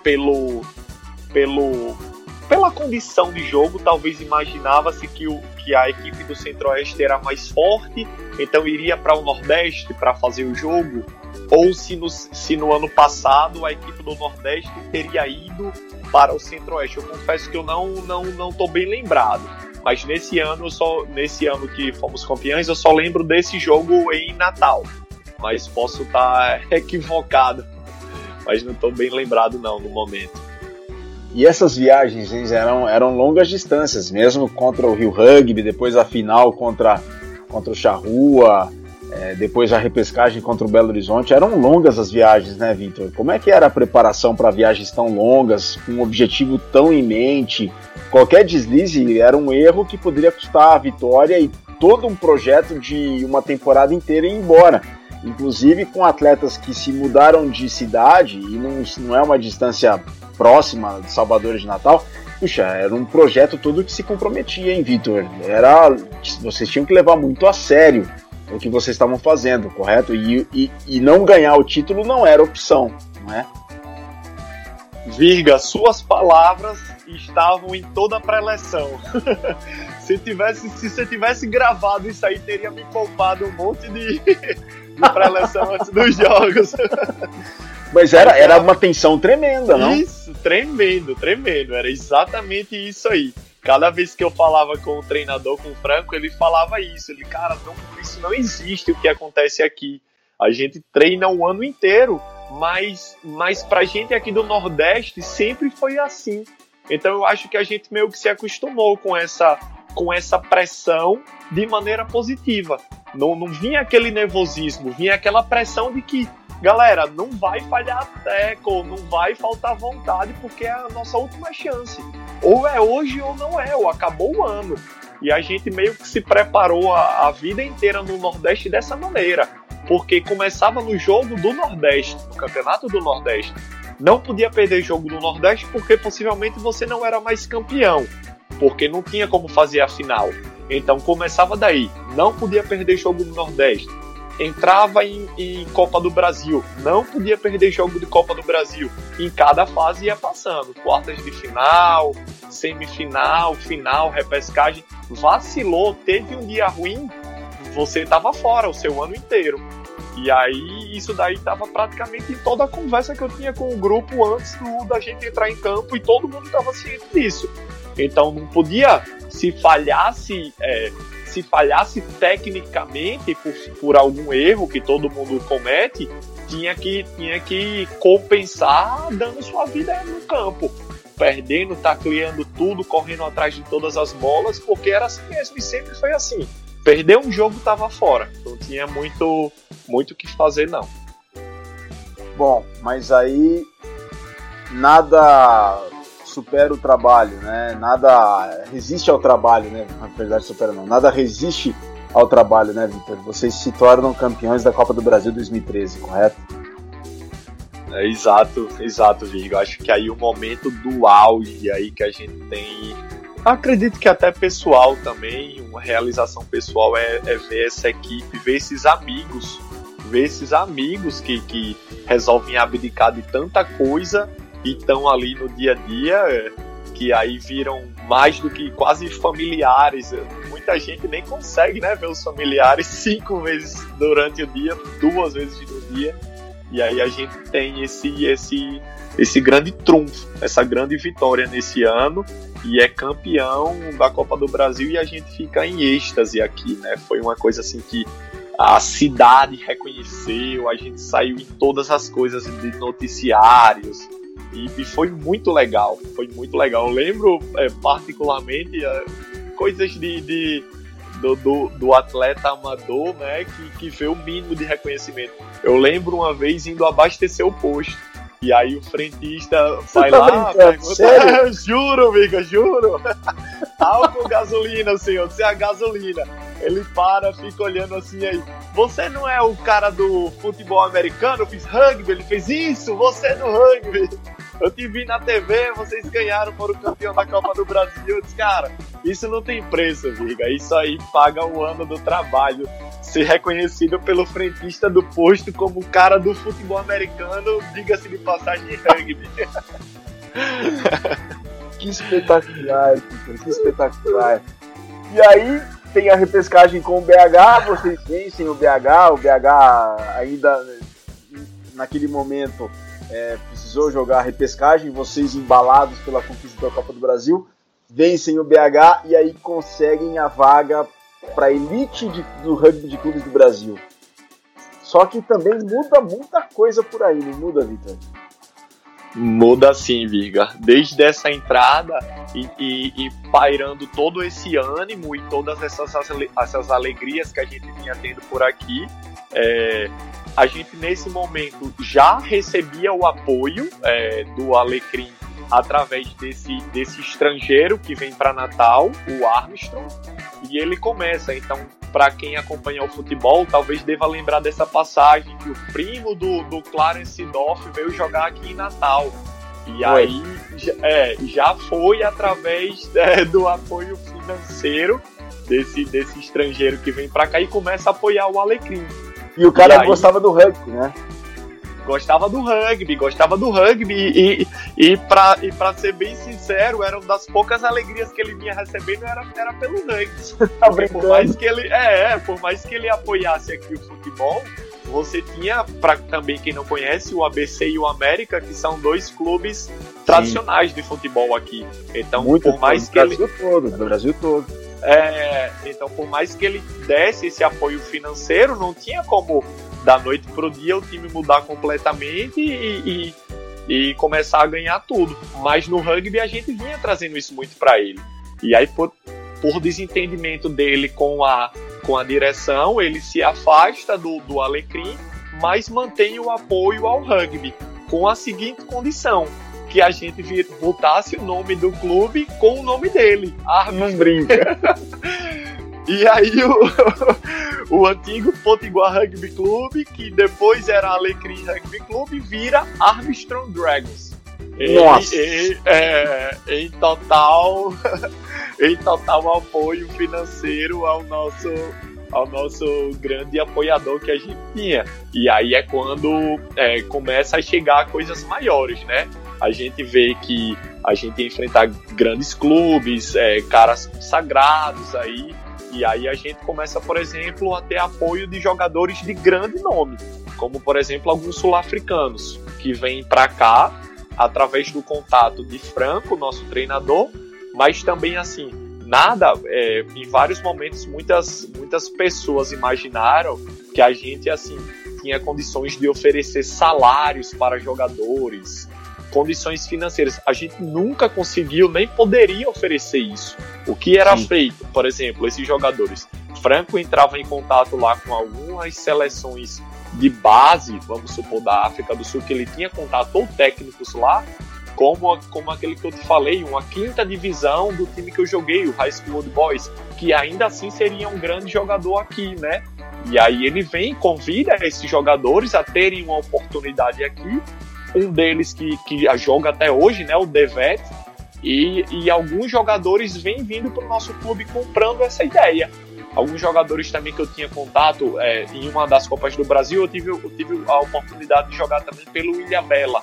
pela condição de jogo, talvez imaginava-se que a equipe do Centro-Oeste era mais forte, então iria para o Nordeste para fazer o jogo, ou se no ano passado a equipe do Nordeste teria ido para o Centro-Oeste. Eu confesso que eu não estou bem lembrado, mas nesse ano que fomos campeões, eu só lembro desse jogo em Natal, mas posso estar equivocado, mas não estou bem lembrado não no momento. E essas viagens eram longas distâncias, mesmo contra o Rio Rugby, depois a final contra o Charrua, depois a repescagem contra o Belo Horizonte. Eram longas as viagens, né, Vitor? Como é que era a preparação para viagens tão longas, com um objetivo tão em mente? Qualquer deslize era um erro que poderia custar a vitória e todo um projeto de uma temporada inteira ir embora. Inclusive com atletas que se mudaram de cidade, e não é uma distância próxima de Salvador de Natal. Puxa, era um projeto todo que se comprometia, hein, Vitor? Vocês tinham que levar muito a sério o que vocês estavam fazendo, correto? E não ganhar o título não era opção, não é? Virga, suas palavras estavam em toda a pré-eleção. Se você tivesse gravado isso aí, teria me poupado um monte de pré-eleção antes dos jogos. Mas era uma tensão tremenda, não? Isso, tremendo. Era exatamente isso aí. Cada vez que eu falava com o treinador, com o Franco, ele falava isso. Ele, cara, isso não existe o que acontece aqui. A gente treina o ano inteiro, mas pra gente aqui do Nordeste sempre foi assim. Então eu acho que a gente meio que se acostumou com essa pressão de maneira positiva. Não vinha aquele nervosismo, vinha aquela pressão de que, galera, não vai falhar a tackle, não vai faltar vontade, porque é a nossa última chance. Ou é hoje ou não é, ou acabou o ano. E a gente meio que se preparou a vida inteira no Nordeste dessa maneira, porque começava no jogo do Nordeste, no Campeonato do Nordeste. Não podia perder jogo do Nordeste porque possivelmente você não era mais campeão, porque não tinha como fazer a final. Então começava daí, não podia perder jogo do Nordeste. Entrava em Copa do Brasil, não podia perder jogo de Copa do Brasil. Em cada fase ia passando, quartas de final, semifinal, final, repescagem. Vacilou, teve um dia ruim, você estava fora o seu ano inteiro. E aí isso daí estava praticamente em toda a conversa que eu tinha com o grupo antes da gente entrar em campo, e todo mundo estava ciente disso. Então não podia, se falhasse tecnicamente por algum erro que todo mundo comete, tinha que compensar dando sua vida no campo, perdendo, tacleando tudo, correndo atrás de todas as bolas, porque era assim mesmo e sempre foi assim. Perder um jogo estava fora, não tinha muito o que fazer, não. Bom, mas aí nada supera o trabalho, né? Nada resiste ao trabalho, né? Na verdade, supera não. Nada resiste ao trabalho, né, Vitor? Vocês se tornam campeões da Copa do Brasil 2013, correto? Exato, Virgo. Acho que aí o momento do auge aí que a gente tem, acredito que até pessoal também, uma realização pessoal é ver essa equipe, ver esses amigos que resolvem abdicar de tanta coisa e estão ali no dia a dia, que aí viram mais do que quase familiares. Muita gente nem consegue, né, ver os familiares 5 vezes durante o dia, 2 vezes no dia. E aí a gente tem esse grande trunfo, essa grande vitória nesse ano, e é campeão da Copa do Brasil, e a gente fica em êxtase aqui, né? Foi uma coisa assim que a cidade reconheceu, a gente saiu em todas as coisas de noticiários, e foi muito legal, foi muito legal. Eu lembro particularmente coisas do atleta amador, né, que vê o mínimo de reconhecimento. Eu lembro uma vez indo abastecer o posto, e aí o frentista vai lá, pergunta, juro, amiga, juro, álcool, gasolina, senhor, se é a gasolina. Ele para, fica olhando assim aí, você não é o cara do futebol americano? Eu fiz rugby, ele fez isso, você no rugby. Eu te vi na TV, vocês ganharam, foram campeão da Copa do Brasil. Eu disse, cara, isso não tem preço, Viga. Isso aí paga o ano do trabalho. Ser reconhecido pelo frentista do posto como o cara do futebol americano, diga-se de passagem, rugby. Que espetacular, Victor, que espetacular. E aí tem a repescagem com o BH, vocês vencem o BH ainda naquele momento precisou jogar a repescagem, vocês embalados pela conquista da Copa do Brasil, vencem o BH e aí conseguem a vaga para a elite do rugby de clubes do Brasil. Só que também muda muita coisa por aí, não muda, Victor? Muda sim, Virga. Desde essa entrada e pairando todo esse ânimo e todas essas alegrias que a gente vinha tendo por aqui, a gente nesse momento já recebia o apoio do Alecrim através desse estrangeiro que vem para Natal, o Armstrong, e ele começa. Então, para quem acompanha o futebol, talvez deva lembrar dessa passagem que o primo do Clarence Dorff veio jogar aqui em Natal. E aí já foi através do apoio financeiro desse estrangeiro que vem para cá e começa a apoiar o Alecrim. E o cara gostava do rugby, né? Gostava do rugby e pra ser bem sincero, era uma das poucas alegrias que ele vinha recebendo era pelo rugby. Por mais que ele apoiasse aqui o futebol, você tinha, para também quem não conhece, o ABC e o América, que são 2 clubes tradicionais de futebol aqui. Então, muito por mais que do Brasil todo. Então, por mais que ele desse esse apoio financeiro, não tinha como da noite pro dia o time mudar completamente e começar a ganhar tudo. Mas no rugby a gente vinha trazendo isso muito para ele. E aí, por desentendimento dele com a direção, ele se afasta do Alecrim, mas mantém o apoio ao rugby, com a seguinte condição: que a gente botasse o nome do clube com o nome dele. Não brinca. E aí o antigo Potiguar Rugby Club, que depois era Alecrim Rugby Club, vira Armstrong Dragons. Nossa! Em total apoio financeiro ao nosso grande apoiador que a gente tinha. E aí é quando começa a chegar coisas maiores, né? A gente vê que a gente ia enfrentar grandes clubes, caras sagrados aí. E aí a gente começa, por exemplo, a ter apoio de jogadores de grande nome, como, por exemplo, alguns sul-africanos que vêm para cá através do contato de Franco, nosso treinador, mas também, assim, em vários momentos, muitas pessoas imaginaram que a gente, assim, tinha condições de oferecer salários para jogadores, condições financeiras. A gente nunca conseguiu, nem poderia oferecer isso. O que era feito, por exemplo, esses jogadores, Franco entrava em contato lá com algumas seleções de base, vamos supor, da África do Sul, que ele tinha contato, ou técnicos lá, como aquele que eu te falei, uma 5ª divisão do time que eu joguei, o High School Old Boys, que ainda assim seria um grande jogador aqui, né? E aí ele vem, convida esses jogadores a terem uma oportunidade aqui, um deles que joga até hoje, né, o Devet, e alguns jogadores vêm vindo para o nosso clube comprando essa ideia. Alguns jogadores também que eu tinha contato, em uma das Copas do Brasil, eu tive a oportunidade de jogar também pelo Ilhabela,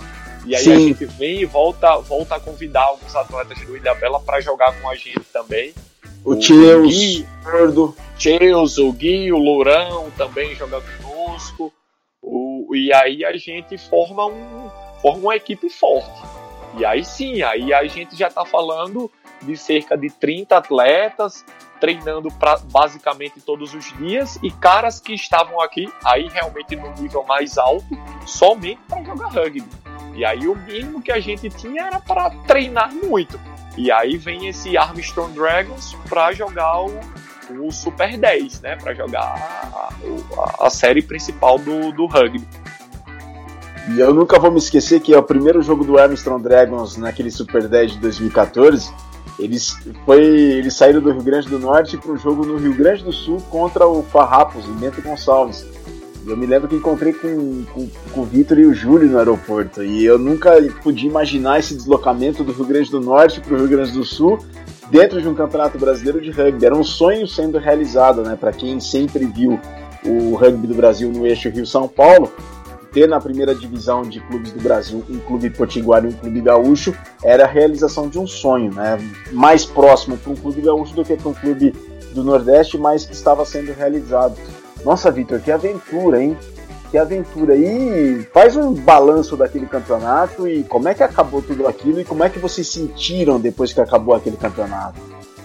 E aí Sim. a gente vem e volta a convidar alguns atletas do Ilhabela para jogar com a gente também. O Cheus, o Gui, o Lourão também joga conosco. E aí a gente forma uma equipe forte. E aí sim, aí a gente já está falando de cerca de 30 atletas treinando basicamente todos os dias, e caras que estavam aqui aí realmente no nível mais alto somente para jogar rugby. E aí o mínimo que a gente tinha era para treinar muito. E aí vem esse Armstrong Dragons para jogar o Super 10, né? Para jogar a série principal do rugby. E eu nunca vou me esquecer que é o primeiro jogo do Armstrong Dragons naquele Super 10 de 2014. Eles saíram do Rio Grande do Norte para um jogo no Rio Grande do Sul contra o Farrapos, em Bento Gonçalves. Eu me lembro que encontrei com o Vitor e o Júlio no aeroporto, e eu nunca podia imaginar esse deslocamento do Rio Grande do Norte para o Rio Grande do Sul dentro de um campeonato brasileiro de rugby. Era um sonho sendo realizado, né? Para quem sempre viu o rugby do Brasil no eixo Rio-São Paulo, ter na primeira divisão de clubes do Brasil um clube potiguar e um clube gaúcho era a realização de um sonho, né? Mais próximo para um clube gaúcho do que para um clube do Nordeste, mas que estava sendo realizado. Nossa, Vitor, que aventura, hein? Que aventura. E faz um balanço daquele campeonato e como é que acabou tudo aquilo e como é que vocês sentiram depois que acabou aquele campeonato?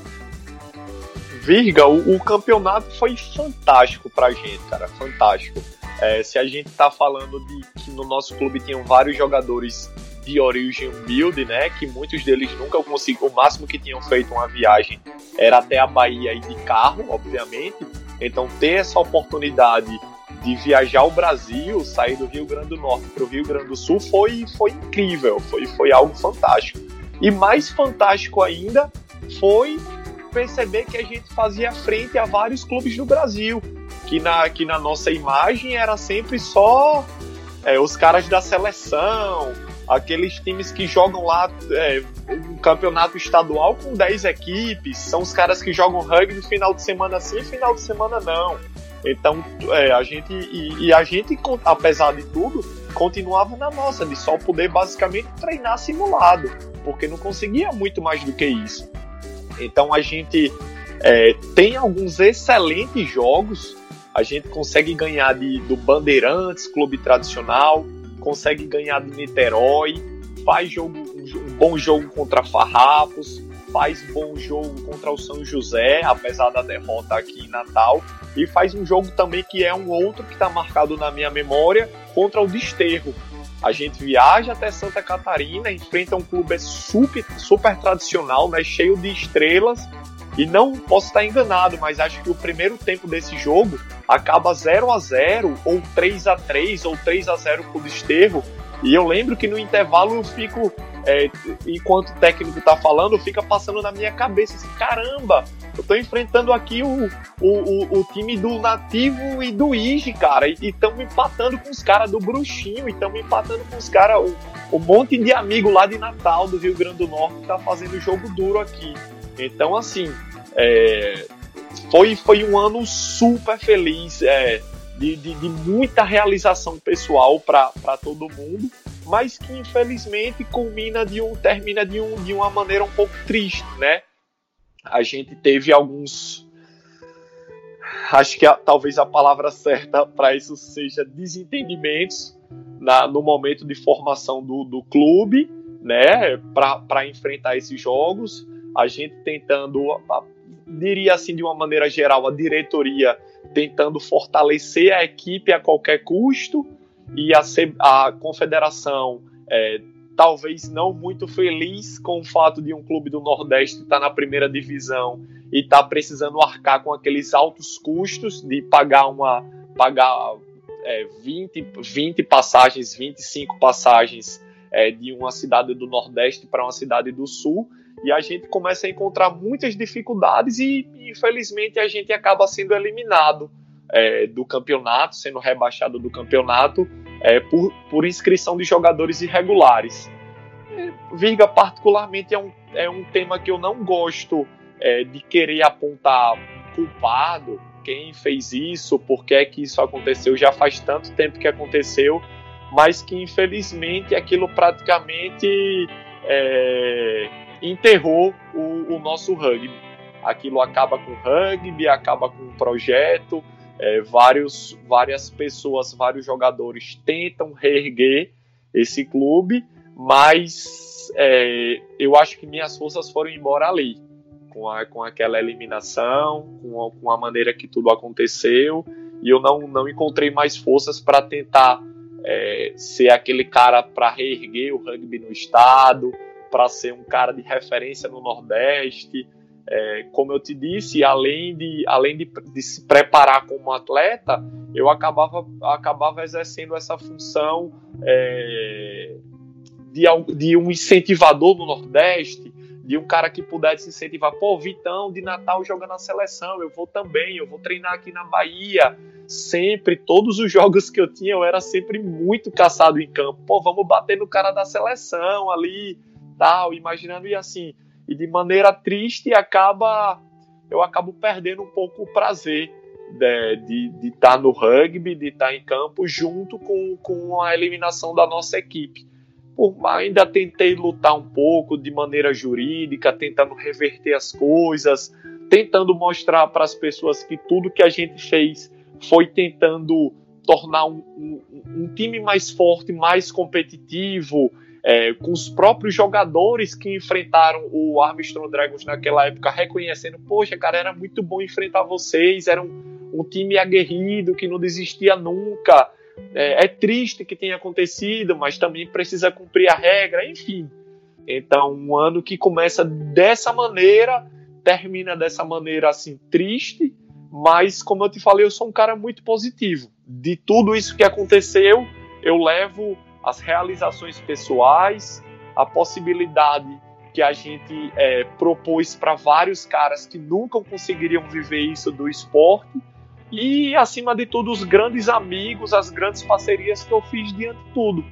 Virga, o campeonato foi fantástico pra gente, cara, fantástico. Se a gente tá falando de que no nosso clube tinham vários jogadores de origem humilde, né, que muitos deles nunca conseguiram, o máximo que tinham feito uma viagem era até a Bahia e de carro, obviamente. Então ter essa oportunidade de viajar o Brasil, sair do Rio Grande do Norte para o Rio Grande do Sul foi incrível, foi algo fantástico. E mais fantástico ainda foi perceber que a gente fazia frente a vários clubes do Brasil, que na nossa imagem era sempre só os caras da seleção, aqueles times que jogam lá um campeonato estadual com 10 equipes, são os caras que jogam rugby final de semana sim, final de semana não. Então a gente, apesar de tudo, continuava na nossa, de só poder basicamente treinar simulado, porque não conseguia muito mais do que isso. Então a gente tem alguns excelentes jogos, a gente consegue ganhar do Bandeirantes, clube tradicional, consegue ganhar de Niterói, faz um bom jogo contra Farrapos, faz bom jogo contra o São José, apesar da derrota aqui em Natal, e faz um jogo também que é um outro que está marcado na minha memória, contra o Desterro. A gente viaja até Santa Catarina, enfrenta um clube super tradicional, né, cheio de estrelas, e não posso estar enganado, mas acho que o primeiro tempo desse jogo acaba 0-0, ou 3-3, ou 3-0 pro Desterro. E eu lembro que no intervalo eu fico, enquanto o técnico tá falando, fica passando na minha cabeça assim, caramba, eu tô enfrentando aqui o time do Nativo e do Ige, cara, e estamos empatando com os caras do Bruxinho, e estamos empatando com os caras, um monte de amigo lá de Natal, do Rio Grande do Norte, que tá fazendo jogo duro aqui. Então, assim, foi um ano super feliz, de muita realização pessoal para todo mundo, mas que infelizmente termina de uma maneira um pouco triste, né? A gente teve alguns, acho que talvez a palavra certa para isso seja desentendimentos no momento de formação do clube, né? Para enfrentar esses jogos. A gente tentando, diria assim de uma maneira geral, a diretoria tentando fortalecer a equipe a qualquer custo, e a confederação talvez não muito feliz com o fato de um clube do Nordeste estar na primeira divisão e estar precisando arcar com aqueles altos custos de pagar 20 passagens, 25 passagens de uma cidade do Nordeste para uma cidade do Sul. E a gente começa a encontrar muitas dificuldades e, infelizmente, a gente acaba sendo eliminado do campeonato, sendo rebaixado do campeonato por inscrição de jogadores irregulares. Virga, particularmente, é um tema que eu não gosto de querer apontar culpado, quem fez isso, por que é que isso aconteceu, já faz tanto tempo que aconteceu, mas que infelizmente aquilo praticamente enterrou o nosso rugby. Aquilo acaba com o rugby, acaba com o projeto, várias pessoas, vários jogadores tentam reerguer esse clube, mas eu acho que minhas forças foram embora ali, com aquela eliminação, com a maneira que tudo aconteceu, e eu não encontrei mais forças para tentar ser aquele cara para reerguer o rugby no estado, para ser um cara de referência no Nordeste. Como eu te disse, além de se preparar como atleta, eu acabava exercendo essa função de um incentivador no Nordeste, de um cara que pudesse incentivar, Vitão de Natal joga na seleção, eu vou também, eu vou treinar aqui na Bahia. Sempre, todos os jogos que eu tinha, eu era sempre muito caçado em campo. Vamos bater no cara da seleção ali, tal, imaginando, e assim, e de maneira triste eu acabo perdendo um pouco o prazer de estar no rugby, de estar em campo junto com a eliminação da nossa equipe. Ainda tentei lutar um pouco de maneira jurídica, tentando reverter as coisas, tentando mostrar para as pessoas que tudo que a gente fez foi tentando tornar um time mais forte, mais competitivo, com os próprios jogadores que enfrentaram o Armstrong Dragons naquela época, reconhecendo, poxa, cara, era muito bom enfrentar vocês, era um time aguerrido, que não desistia nunca. É triste que tenha acontecido, mas também precisa cumprir a regra, enfim. Então, um ano que começa dessa maneira, termina dessa maneira assim, triste, mas, como eu te falei, eu sou um cara muito positivo. De tudo isso que aconteceu, eu levo as realizações pessoais, a possibilidade que a gente propôs para vários caras que nunca conseguiriam viver isso do esporte, e, acima de tudo, os grandes amigos, as grandes parcerias que eu fiz diante de tudo,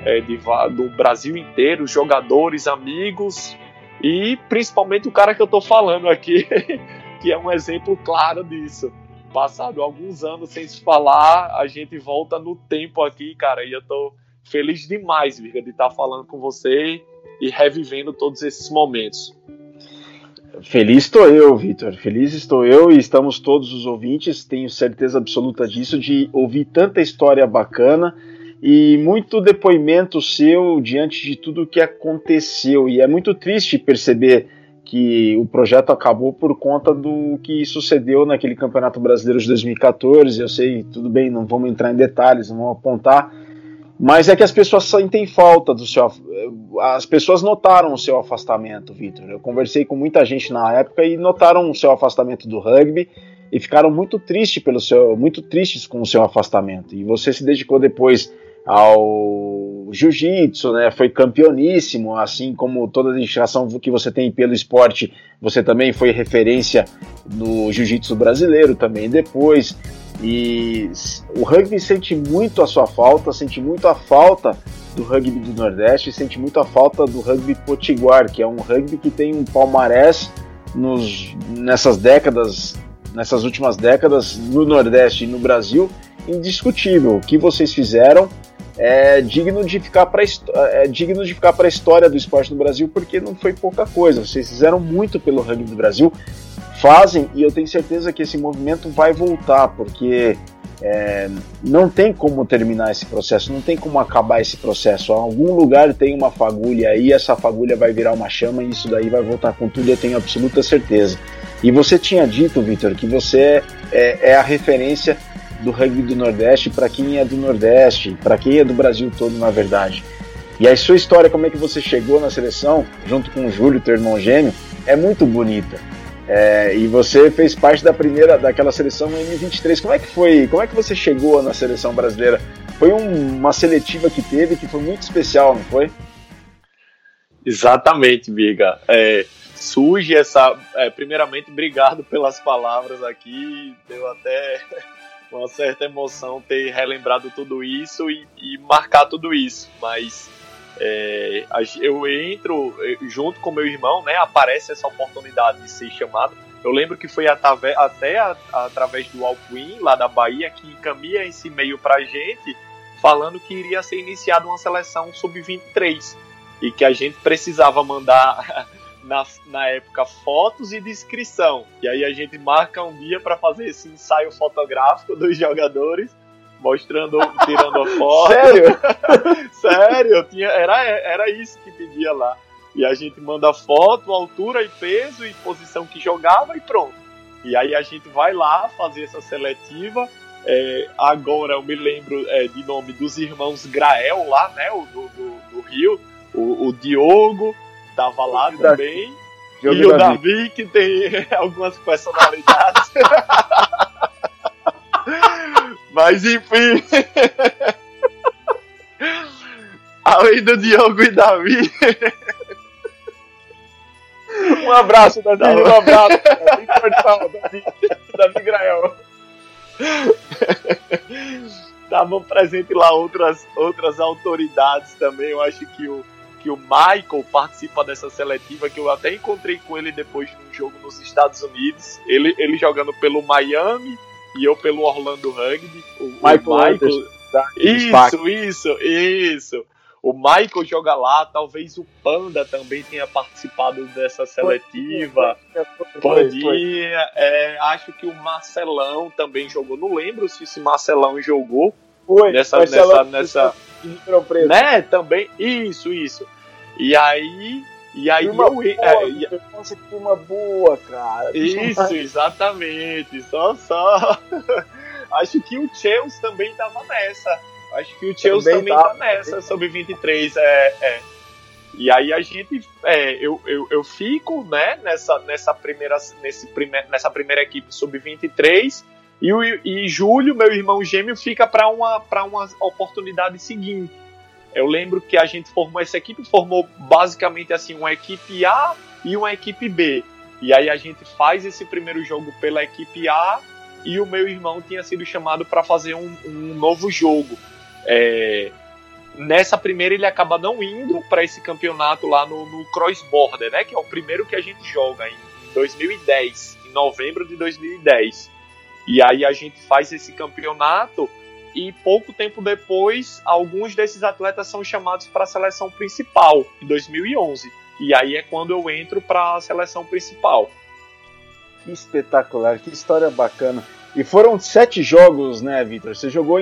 do Brasil inteiro, jogadores, amigos, e principalmente o cara que eu estou falando aqui, que é um exemplo claro disso. Passado alguns anos sem se falar, a gente volta no tempo aqui, cara, e eu tô feliz demais, Virga, de estar falando com você e revivendo todos esses momentos. Feliz estou eu, Vitor, feliz estou eu, e estamos todos os ouvintes, tenho certeza absoluta disso, de ouvir tanta história bacana e muito depoimento seu diante de tudo o que aconteceu, e é muito triste perceber que o projeto acabou por conta do que sucedeu naquele Campeonato Brasileiro de 2014. Eu sei, tudo bem, não vamos entrar em detalhes, não vamos apontar, mas é que as pessoas sentem falta do seu... As pessoas notaram o seu afastamento, Vitor. Eu conversei com muita gente na época e notaram o seu afastamento do rugby e ficaram muito tristes com o seu afastamento. E você se dedicou depois ao jiu-jitsu, né? Foi campeoníssimo, assim como toda a dedicação que você tem pelo esporte, você também foi referência no jiu-jitsu brasileiro também depois. E o rugby sente muito a sua falta, sente muito a falta do rugby do Nordeste, sente muito a falta do rugby potiguar, que é um rugby que tem um palmarés nessas últimas décadas no Nordeste e no Brasil, indiscutível. O que vocês fizeram é digno de ficar para a história do esporte no Brasil, porque não foi pouca coisa. Vocês fizeram muito pelo rugby do Brasil, fazem, e eu tenho certeza que esse movimento vai voltar, porque não tem como terminar esse processo, não tem como acabar esse processo. Em algum lugar tem uma fagulha aí, essa fagulha vai virar uma chama e isso daí vai voltar com tudo, eu tenho absoluta certeza. E você tinha dito, Vitor, que você é a referência do rugby do Nordeste para quem é do Nordeste, para quem é do Brasil todo, na verdade. E a sua história, como é que você chegou na seleção, junto com o Júlio, teu irmão gêmeo, é muito bonita. E você fez parte daquela seleção M23. Como é que foi? Como é que você chegou na seleção brasileira? Foi uma seletiva que teve, que foi muito especial, não foi? Exatamente, Biga. Surge essa... primeiramente, obrigado pelas palavras aqui. Deu até uma certa emoção ter relembrado tudo isso e marcar tudo isso. Mas eu entro junto com meu irmão, né? Aparece essa oportunidade de ser chamado. Eu lembro que foi até através do Alpuim, lá da Bahia, que encaminha esse e-mail pra gente, falando que iria ser iniciada uma seleção sub-23 e que a gente precisava mandar na época fotos e descrição, e aí a gente marca um dia para fazer esse ensaio fotográfico dos jogadores, mostrando, tirando a foto. Sério? Sério, era isso que pedia lá. E a gente manda foto, altura e peso e posição que jogava e pronto. E aí a gente vai lá fazer essa seletiva. Agora eu me lembro de nome dos irmãos Grael lá, né, do Rio. O Diogo tava lá também. E o Davi, que tem algumas personalidades. Mas enfim. Além do Diogo e Davi. Um abraço, Davi. Um abraço. Davi Grael. Estavam presentes lá outras autoridades também. Eu acho que o Michael participa dessa seletiva, que eu até encontrei com ele depois de um jogo nos Estados Unidos. Ele jogando pelo Miami e eu pelo Orlando Rugby. O Michael. Isso. O Michael joga lá, talvez o Panda também tenha participado dessa seletiva. Pandinha, acho que o Marcelão também jogou. Não lembro se esse Marcelão jogou. Foi, nessa né, também. Isso. E aí nossa, que turma boa, cara. Isso, exatamente. Só. Acho que o Chelsea também tava nessa. Acho que o Chelsea também tá nessa, sobre 23, E aí a gente, eu fico, né, nessa primeira equipe sub-23, e Júlio, meu irmão gêmeo, fica para uma oportunidade seguinte. Eu lembro que a gente formou essa equipe, formou basicamente assim uma equipe A e uma equipe B. E aí a gente faz esse primeiro jogo pela equipe A, e o meu irmão tinha sido chamado para fazer um novo jogo. Nessa primeira ele acaba não indo para esse campeonato lá no Cross Border, né, que é o primeiro que a gente joga em 2010, em novembro de 2010. E aí a gente faz esse campeonato e pouco tempo depois alguns desses atletas são chamados para a seleção principal em 2011. E aí é quando eu entro para a seleção principal. Que espetacular, que história bacana. E foram 7 jogos, né, Vitor? Você jogou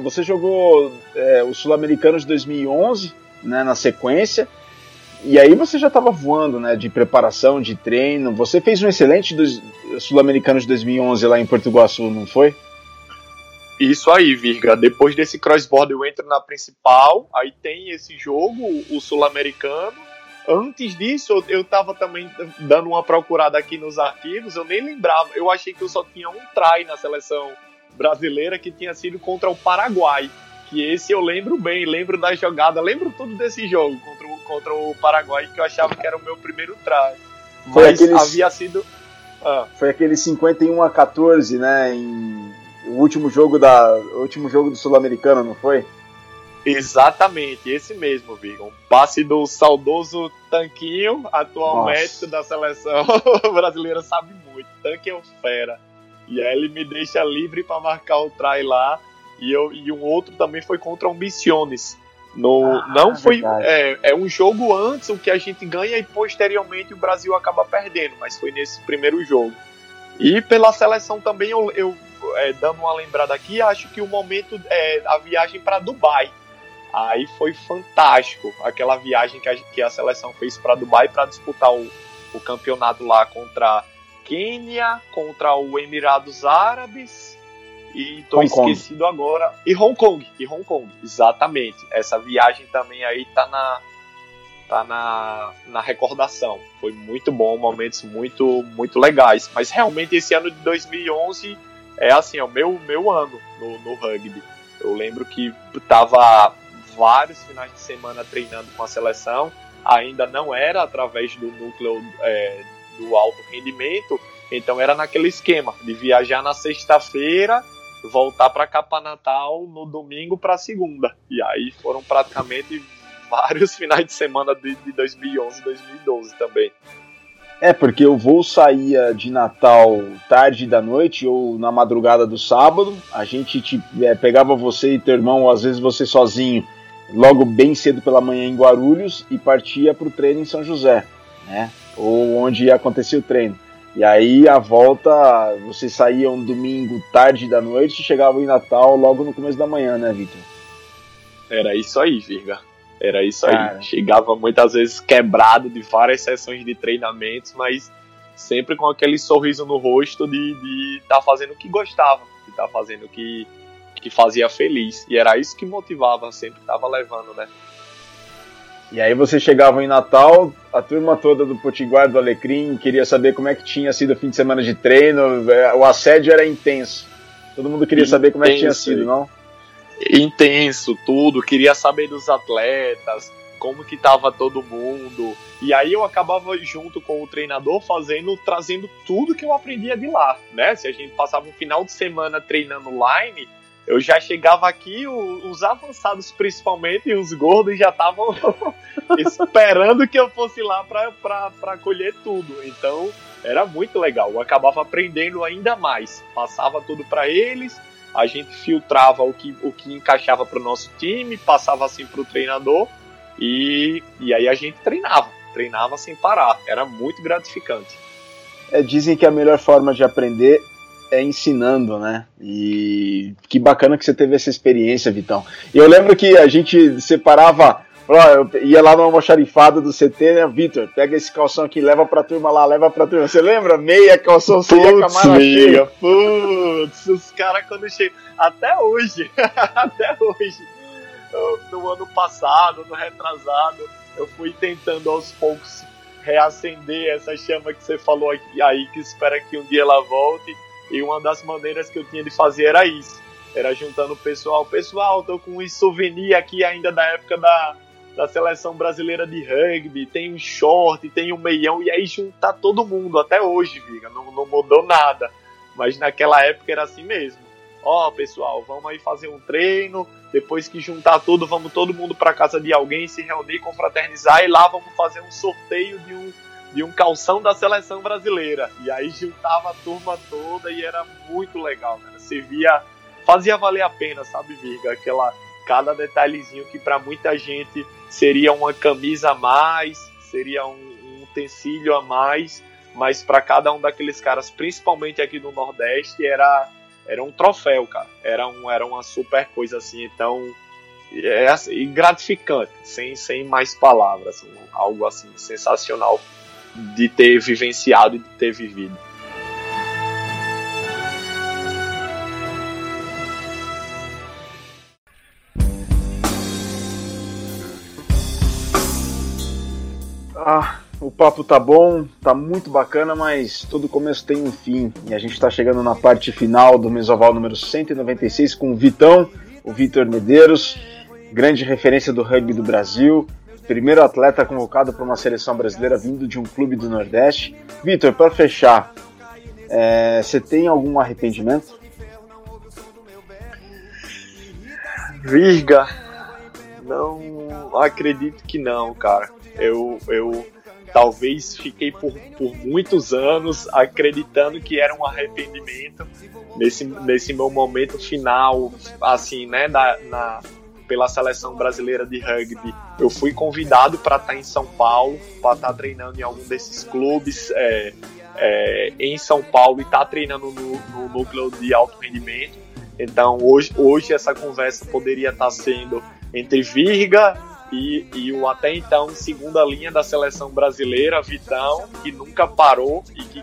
os Sul-Americanos de 2011, né, na sequência, e aí você já estava voando, né, de preparação, de treino. Você fez um excelente Sul-Americanos de 2011 lá em Porto Iguaçu, não foi? Isso aí, Virga. Depois desse cross-border eu entro na principal, aí tem esse jogo, o Sul-Americano. Antes disso, eu estava também dando uma procurada aqui nos arquivos, eu nem lembrava, eu achei que eu só tinha um try na seleção brasileira, que tinha sido contra o Paraguai, que esse eu lembro bem, lembro da jogada, lembro tudo desse jogo contra o Paraguai, que eu achava que era o meu primeiro try. Havia sido... Foi aquele 51-14, né, o último jogo do Sul-Americano, não foi? Exatamente, esse mesmo, Vigo. Um passe do saudoso Tanquinho, atual médico da seleção brasileira, sabe muito. Tanque é um fera. E aí ele me deixa livre para marcar o try lá. E um outro também foi contra o Missiones. Não foi. É um jogo antes, o que a gente ganha, e posteriormente o Brasil acaba perdendo. Mas foi nesse primeiro jogo. E pela seleção também, eu dando uma lembrada aqui, acho que o momento é a viagem para Dubai. Aí foi fantástico aquela viagem que a seleção fez para Dubai para disputar o campeonato lá contra Quênia, contra o Emirados Árabes e tô esquecido agora, e Hong Kong, exatamente. Essa viagem também aí tá na recordação. Foi muito bom, momentos muito, muito legais. Mas realmente esse ano de 2011 é assim, é o meu ano no rugby. Eu lembro que tava vários finais de semana treinando com a seleção, ainda não era através do núcleo do alto rendimento, então era naquele esquema de viajar na sexta-feira, voltar para cá para Natal no domingo para segunda, e aí foram praticamente vários finais de semana de 2011 e 2012 também. Porque o voo saía de Natal tarde da noite ou na madrugada do sábado, a gente pegava você e teu irmão, ou às vezes você sozinho, logo bem cedo pela manhã em Guarulhos e partia para o treino em São José, né? Ou onde ia acontecer o treino. E aí a volta, vocês saíam domingo tarde da noite e chegavam em Natal logo no começo da manhã, né, Vitor? Era isso aí, Virga. Era isso aí. Chegava muitas vezes quebrado de várias sessões de treinamentos, mas sempre com aquele sorriso no rosto de estar fazendo o que gostava, de estar fazendo o que fazia feliz. E era isso que motivava, sempre estava levando, né? E aí vocês chegavam em Natal, a turma toda do Potiguar, do Alecrim, queria saber como é que tinha sido o fim de semana de treino, o assédio era intenso. Todo mundo queria saber como é que tinha sido, não? Intenso, tudo, queria saber dos atletas, como que tava todo mundo, e aí eu acabava junto com o treinador trazendo tudo que eu aprendia de lá, né? Se a gente passava um final de semana treinando line, eu já chegava aqui, os avançados principalmente, e os gordos já estavam esperando que eu fosse lá para colher tudo, então era muito legal, eu acabava aprendendo ainda mais, passava tudo para eles. A gente filtrava o que encaixava para o nosso time, passava assim para o treinador e aí a gente treinava sem parar. Era muito gratificante. Dizem que a melhor forma de aprender é ensinando, né? E que bacana que você teve essa experiência, Vitão. E eu lembro que a gente separava, eu ia lá no almoxarifado do CT, né? Vitor, pega esse calção aqui, leva pra turma lá, leva pra turma. Você lembra? Meia, calção cheia, camara cheia. Putz, os caras quando chegam... Até hoje, no ano passado, no retrasado, eu fui tentando aos poucos reacender essa chama que você falou aqui, aí, que espera que um dia ela volte. E uma das maneiras que eu tinha de fazer era isso. Era juntando o pessoal. Pessoal, tô com um souvenir aqui ainda da época da seleção brasileira de rugby, tem um short, tem um meião, e aí juntar todo mundo, até hoje, Viga, não mudou nada, mas naquela época era assim mesmo. Pessoal, vamos aí fazer um treino, depois que juntar tudo, vamos todo mundo para casa de alguém, se reunir, confraternizar, e lá vamos fazer um sorteio de um calção da seleção brasileira, e aí juntava a turma toda e era muito legal, cara. Fazia valer a pena, sabe, Virga, cada detalhezinho que para muita gente seria uma camisa a mais, seria um utensílio a mais, mas para cada um daqueles caras, principalmente aqui no Nordeste, era um troféu, cara. Era uma super coisa assim, então assim, gratificante, sem mais palavras, algo assim sensacional de ter vivenciado e de ter vivido. O papo tá bom, tá muito bacana, mas todo começo tem um fim. E a gente tá chegando na parte final do Mesoval número 196 com o Vitão, o Vitor Medeiros, grande referência do rugby do Brasil, primeiro atleta convocado para uma seleção brasileira vindo de um clube do Nordeste. Vitor, para fechar, você tem algum arrependimento? Virga, não acredito que não, cara. Eu talvez fiquei por muitos anos acreditando que era um arrependimento nesse meu momento final, assim, né, pela seleção brasileira de rugby. Eu fui convidado para estar em São Paulo, para estar treinando em algum desses clubes em São Paulo e estar treinando no núcleo de alto rendimento. Então hoje essa conversa poderia estar sendo entre Virga e o até então segunda linha da seleção brasileira, Vitão, que nunca parou e que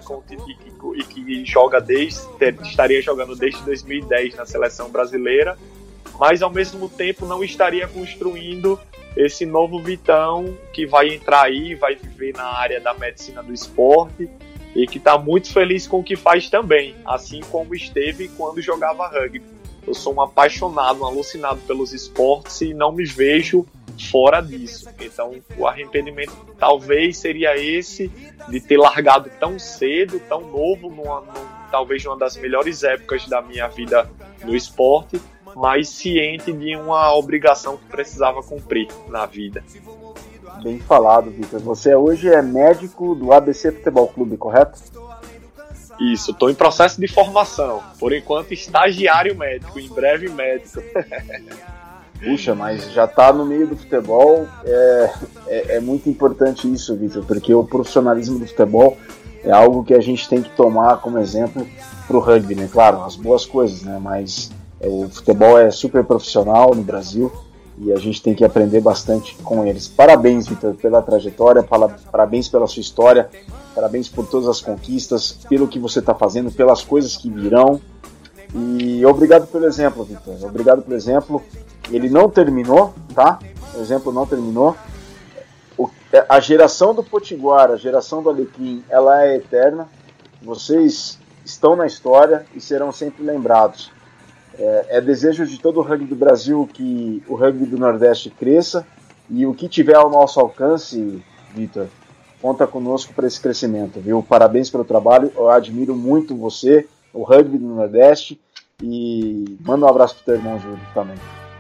estaria jogando desde 2010 na seleção brasileira, mas ao mesmo tempo não estaria construindo esse novo Vitão que vai entrar aí, vai viver na área da medicina do esporte e que está muito feliz com o que faz também, assim como esteve quando jogava rugby. Eu sou um apaixonado, um alucinado pelos esportes e não me vejo fora disso. Então o arrependimento talvez seria esse, de ter largado tão cedo, tão novo, talvez numa das melhores épocas da minha vida no esporte, mas ciente de uma obrigação que precisava cumprir na vida. Bem falado, Vitor. Você hoje é médico do ABC Futebol Clube, correto? Isso, estou em processo de formação. Por enquanto, estagiário médico, em breve médico. Puxa, mas já está no meio do futebol. É muito importante isso, Vitor, porque o profissionalismo do futebol é algo que a gente tem que tomar como exemplo para o rugby, né? Claro, as boas coisas, né? Mas o futebol é super profissional no Brasil e a gente tem que aprender bastante com eles. Parabéns, Vitor, pela trajetória, parabéns pela sua história, parabéns por todas as conquistas, pelo que você está fazendo, pelas coisas que virão. E obrigado pelo exemplo, Vitor. Obrigado pelo exemplo. Ele não terminou, tá? O exemplo não terminou. A geração do Potiguar, a geração do Alecrim, ela é eterna. Vocês estão na história e serão sempre lembrados. É desejo de todo o rugby do Brasil que o rugby do Nordeste cresça, e o que tiver ao nosso alcance, Vitor, conta conosco para esse crescimento, viu? Parabéns pelo trabalho, eu admiro muito você, o rugby do Nordeste, e manda um abraço pro teu irmão Júlio também.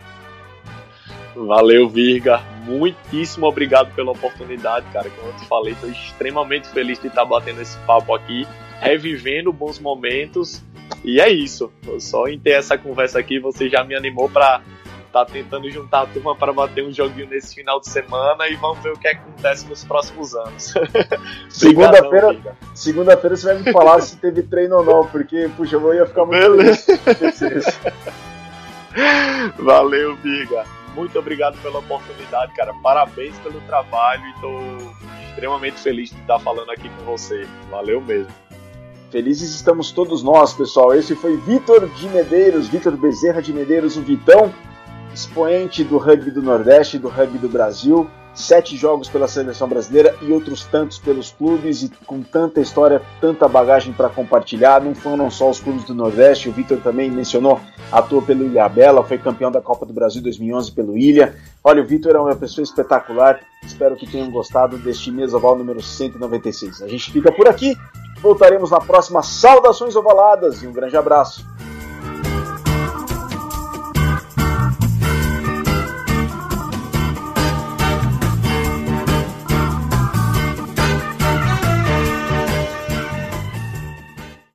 Valeu, Virga. Muitíssimo obrigado pela oportunidade, cara. Como eu te falei, estou extremamente feliz de estar batendo esse papo aqui, revivendo bons momentos. E é isso. Só em ter essa conversa aqui, você já me animou para estar tentando juntar a turma para bater um joguinho nesse final de semana e vamos ver o que acontece nos próximos anos. Segunda-feira você vai me falar se teve treino ou não, porque, puxa, eu ia ficar muito feliz. Valeu, Virga. Muito obrigado pela oportunidade, cara. Parabéns pelo trabalho e estou extremamente feliz de estar falando aqui com você. Valeu mesmo. Felizes estamos todos nós, pessoal. Esse foi Vitor de Medeiros, Vitor Bezerra de Medeiros, o Vitão, expoente do rugby do Nordeste, do rugby do Brasil. 7 jogos pela seleção brasileira e outros tantos pelos clubes, e com tanta história, tanta bagagem para compartilhar. Não foram só os clubes do Nordeste, o Vitor também mencionou, atuou pelo Ilhabela, foi campeão da Copa do Brasil 2011 pelo Ilha. Olha, o Vitor é uma pessoa espetacular, espero que tenham gostado deste Mesoval número 196. A gente fica por aqui, voltaremos na próxima. Saudações ovaladas e um grande abraço.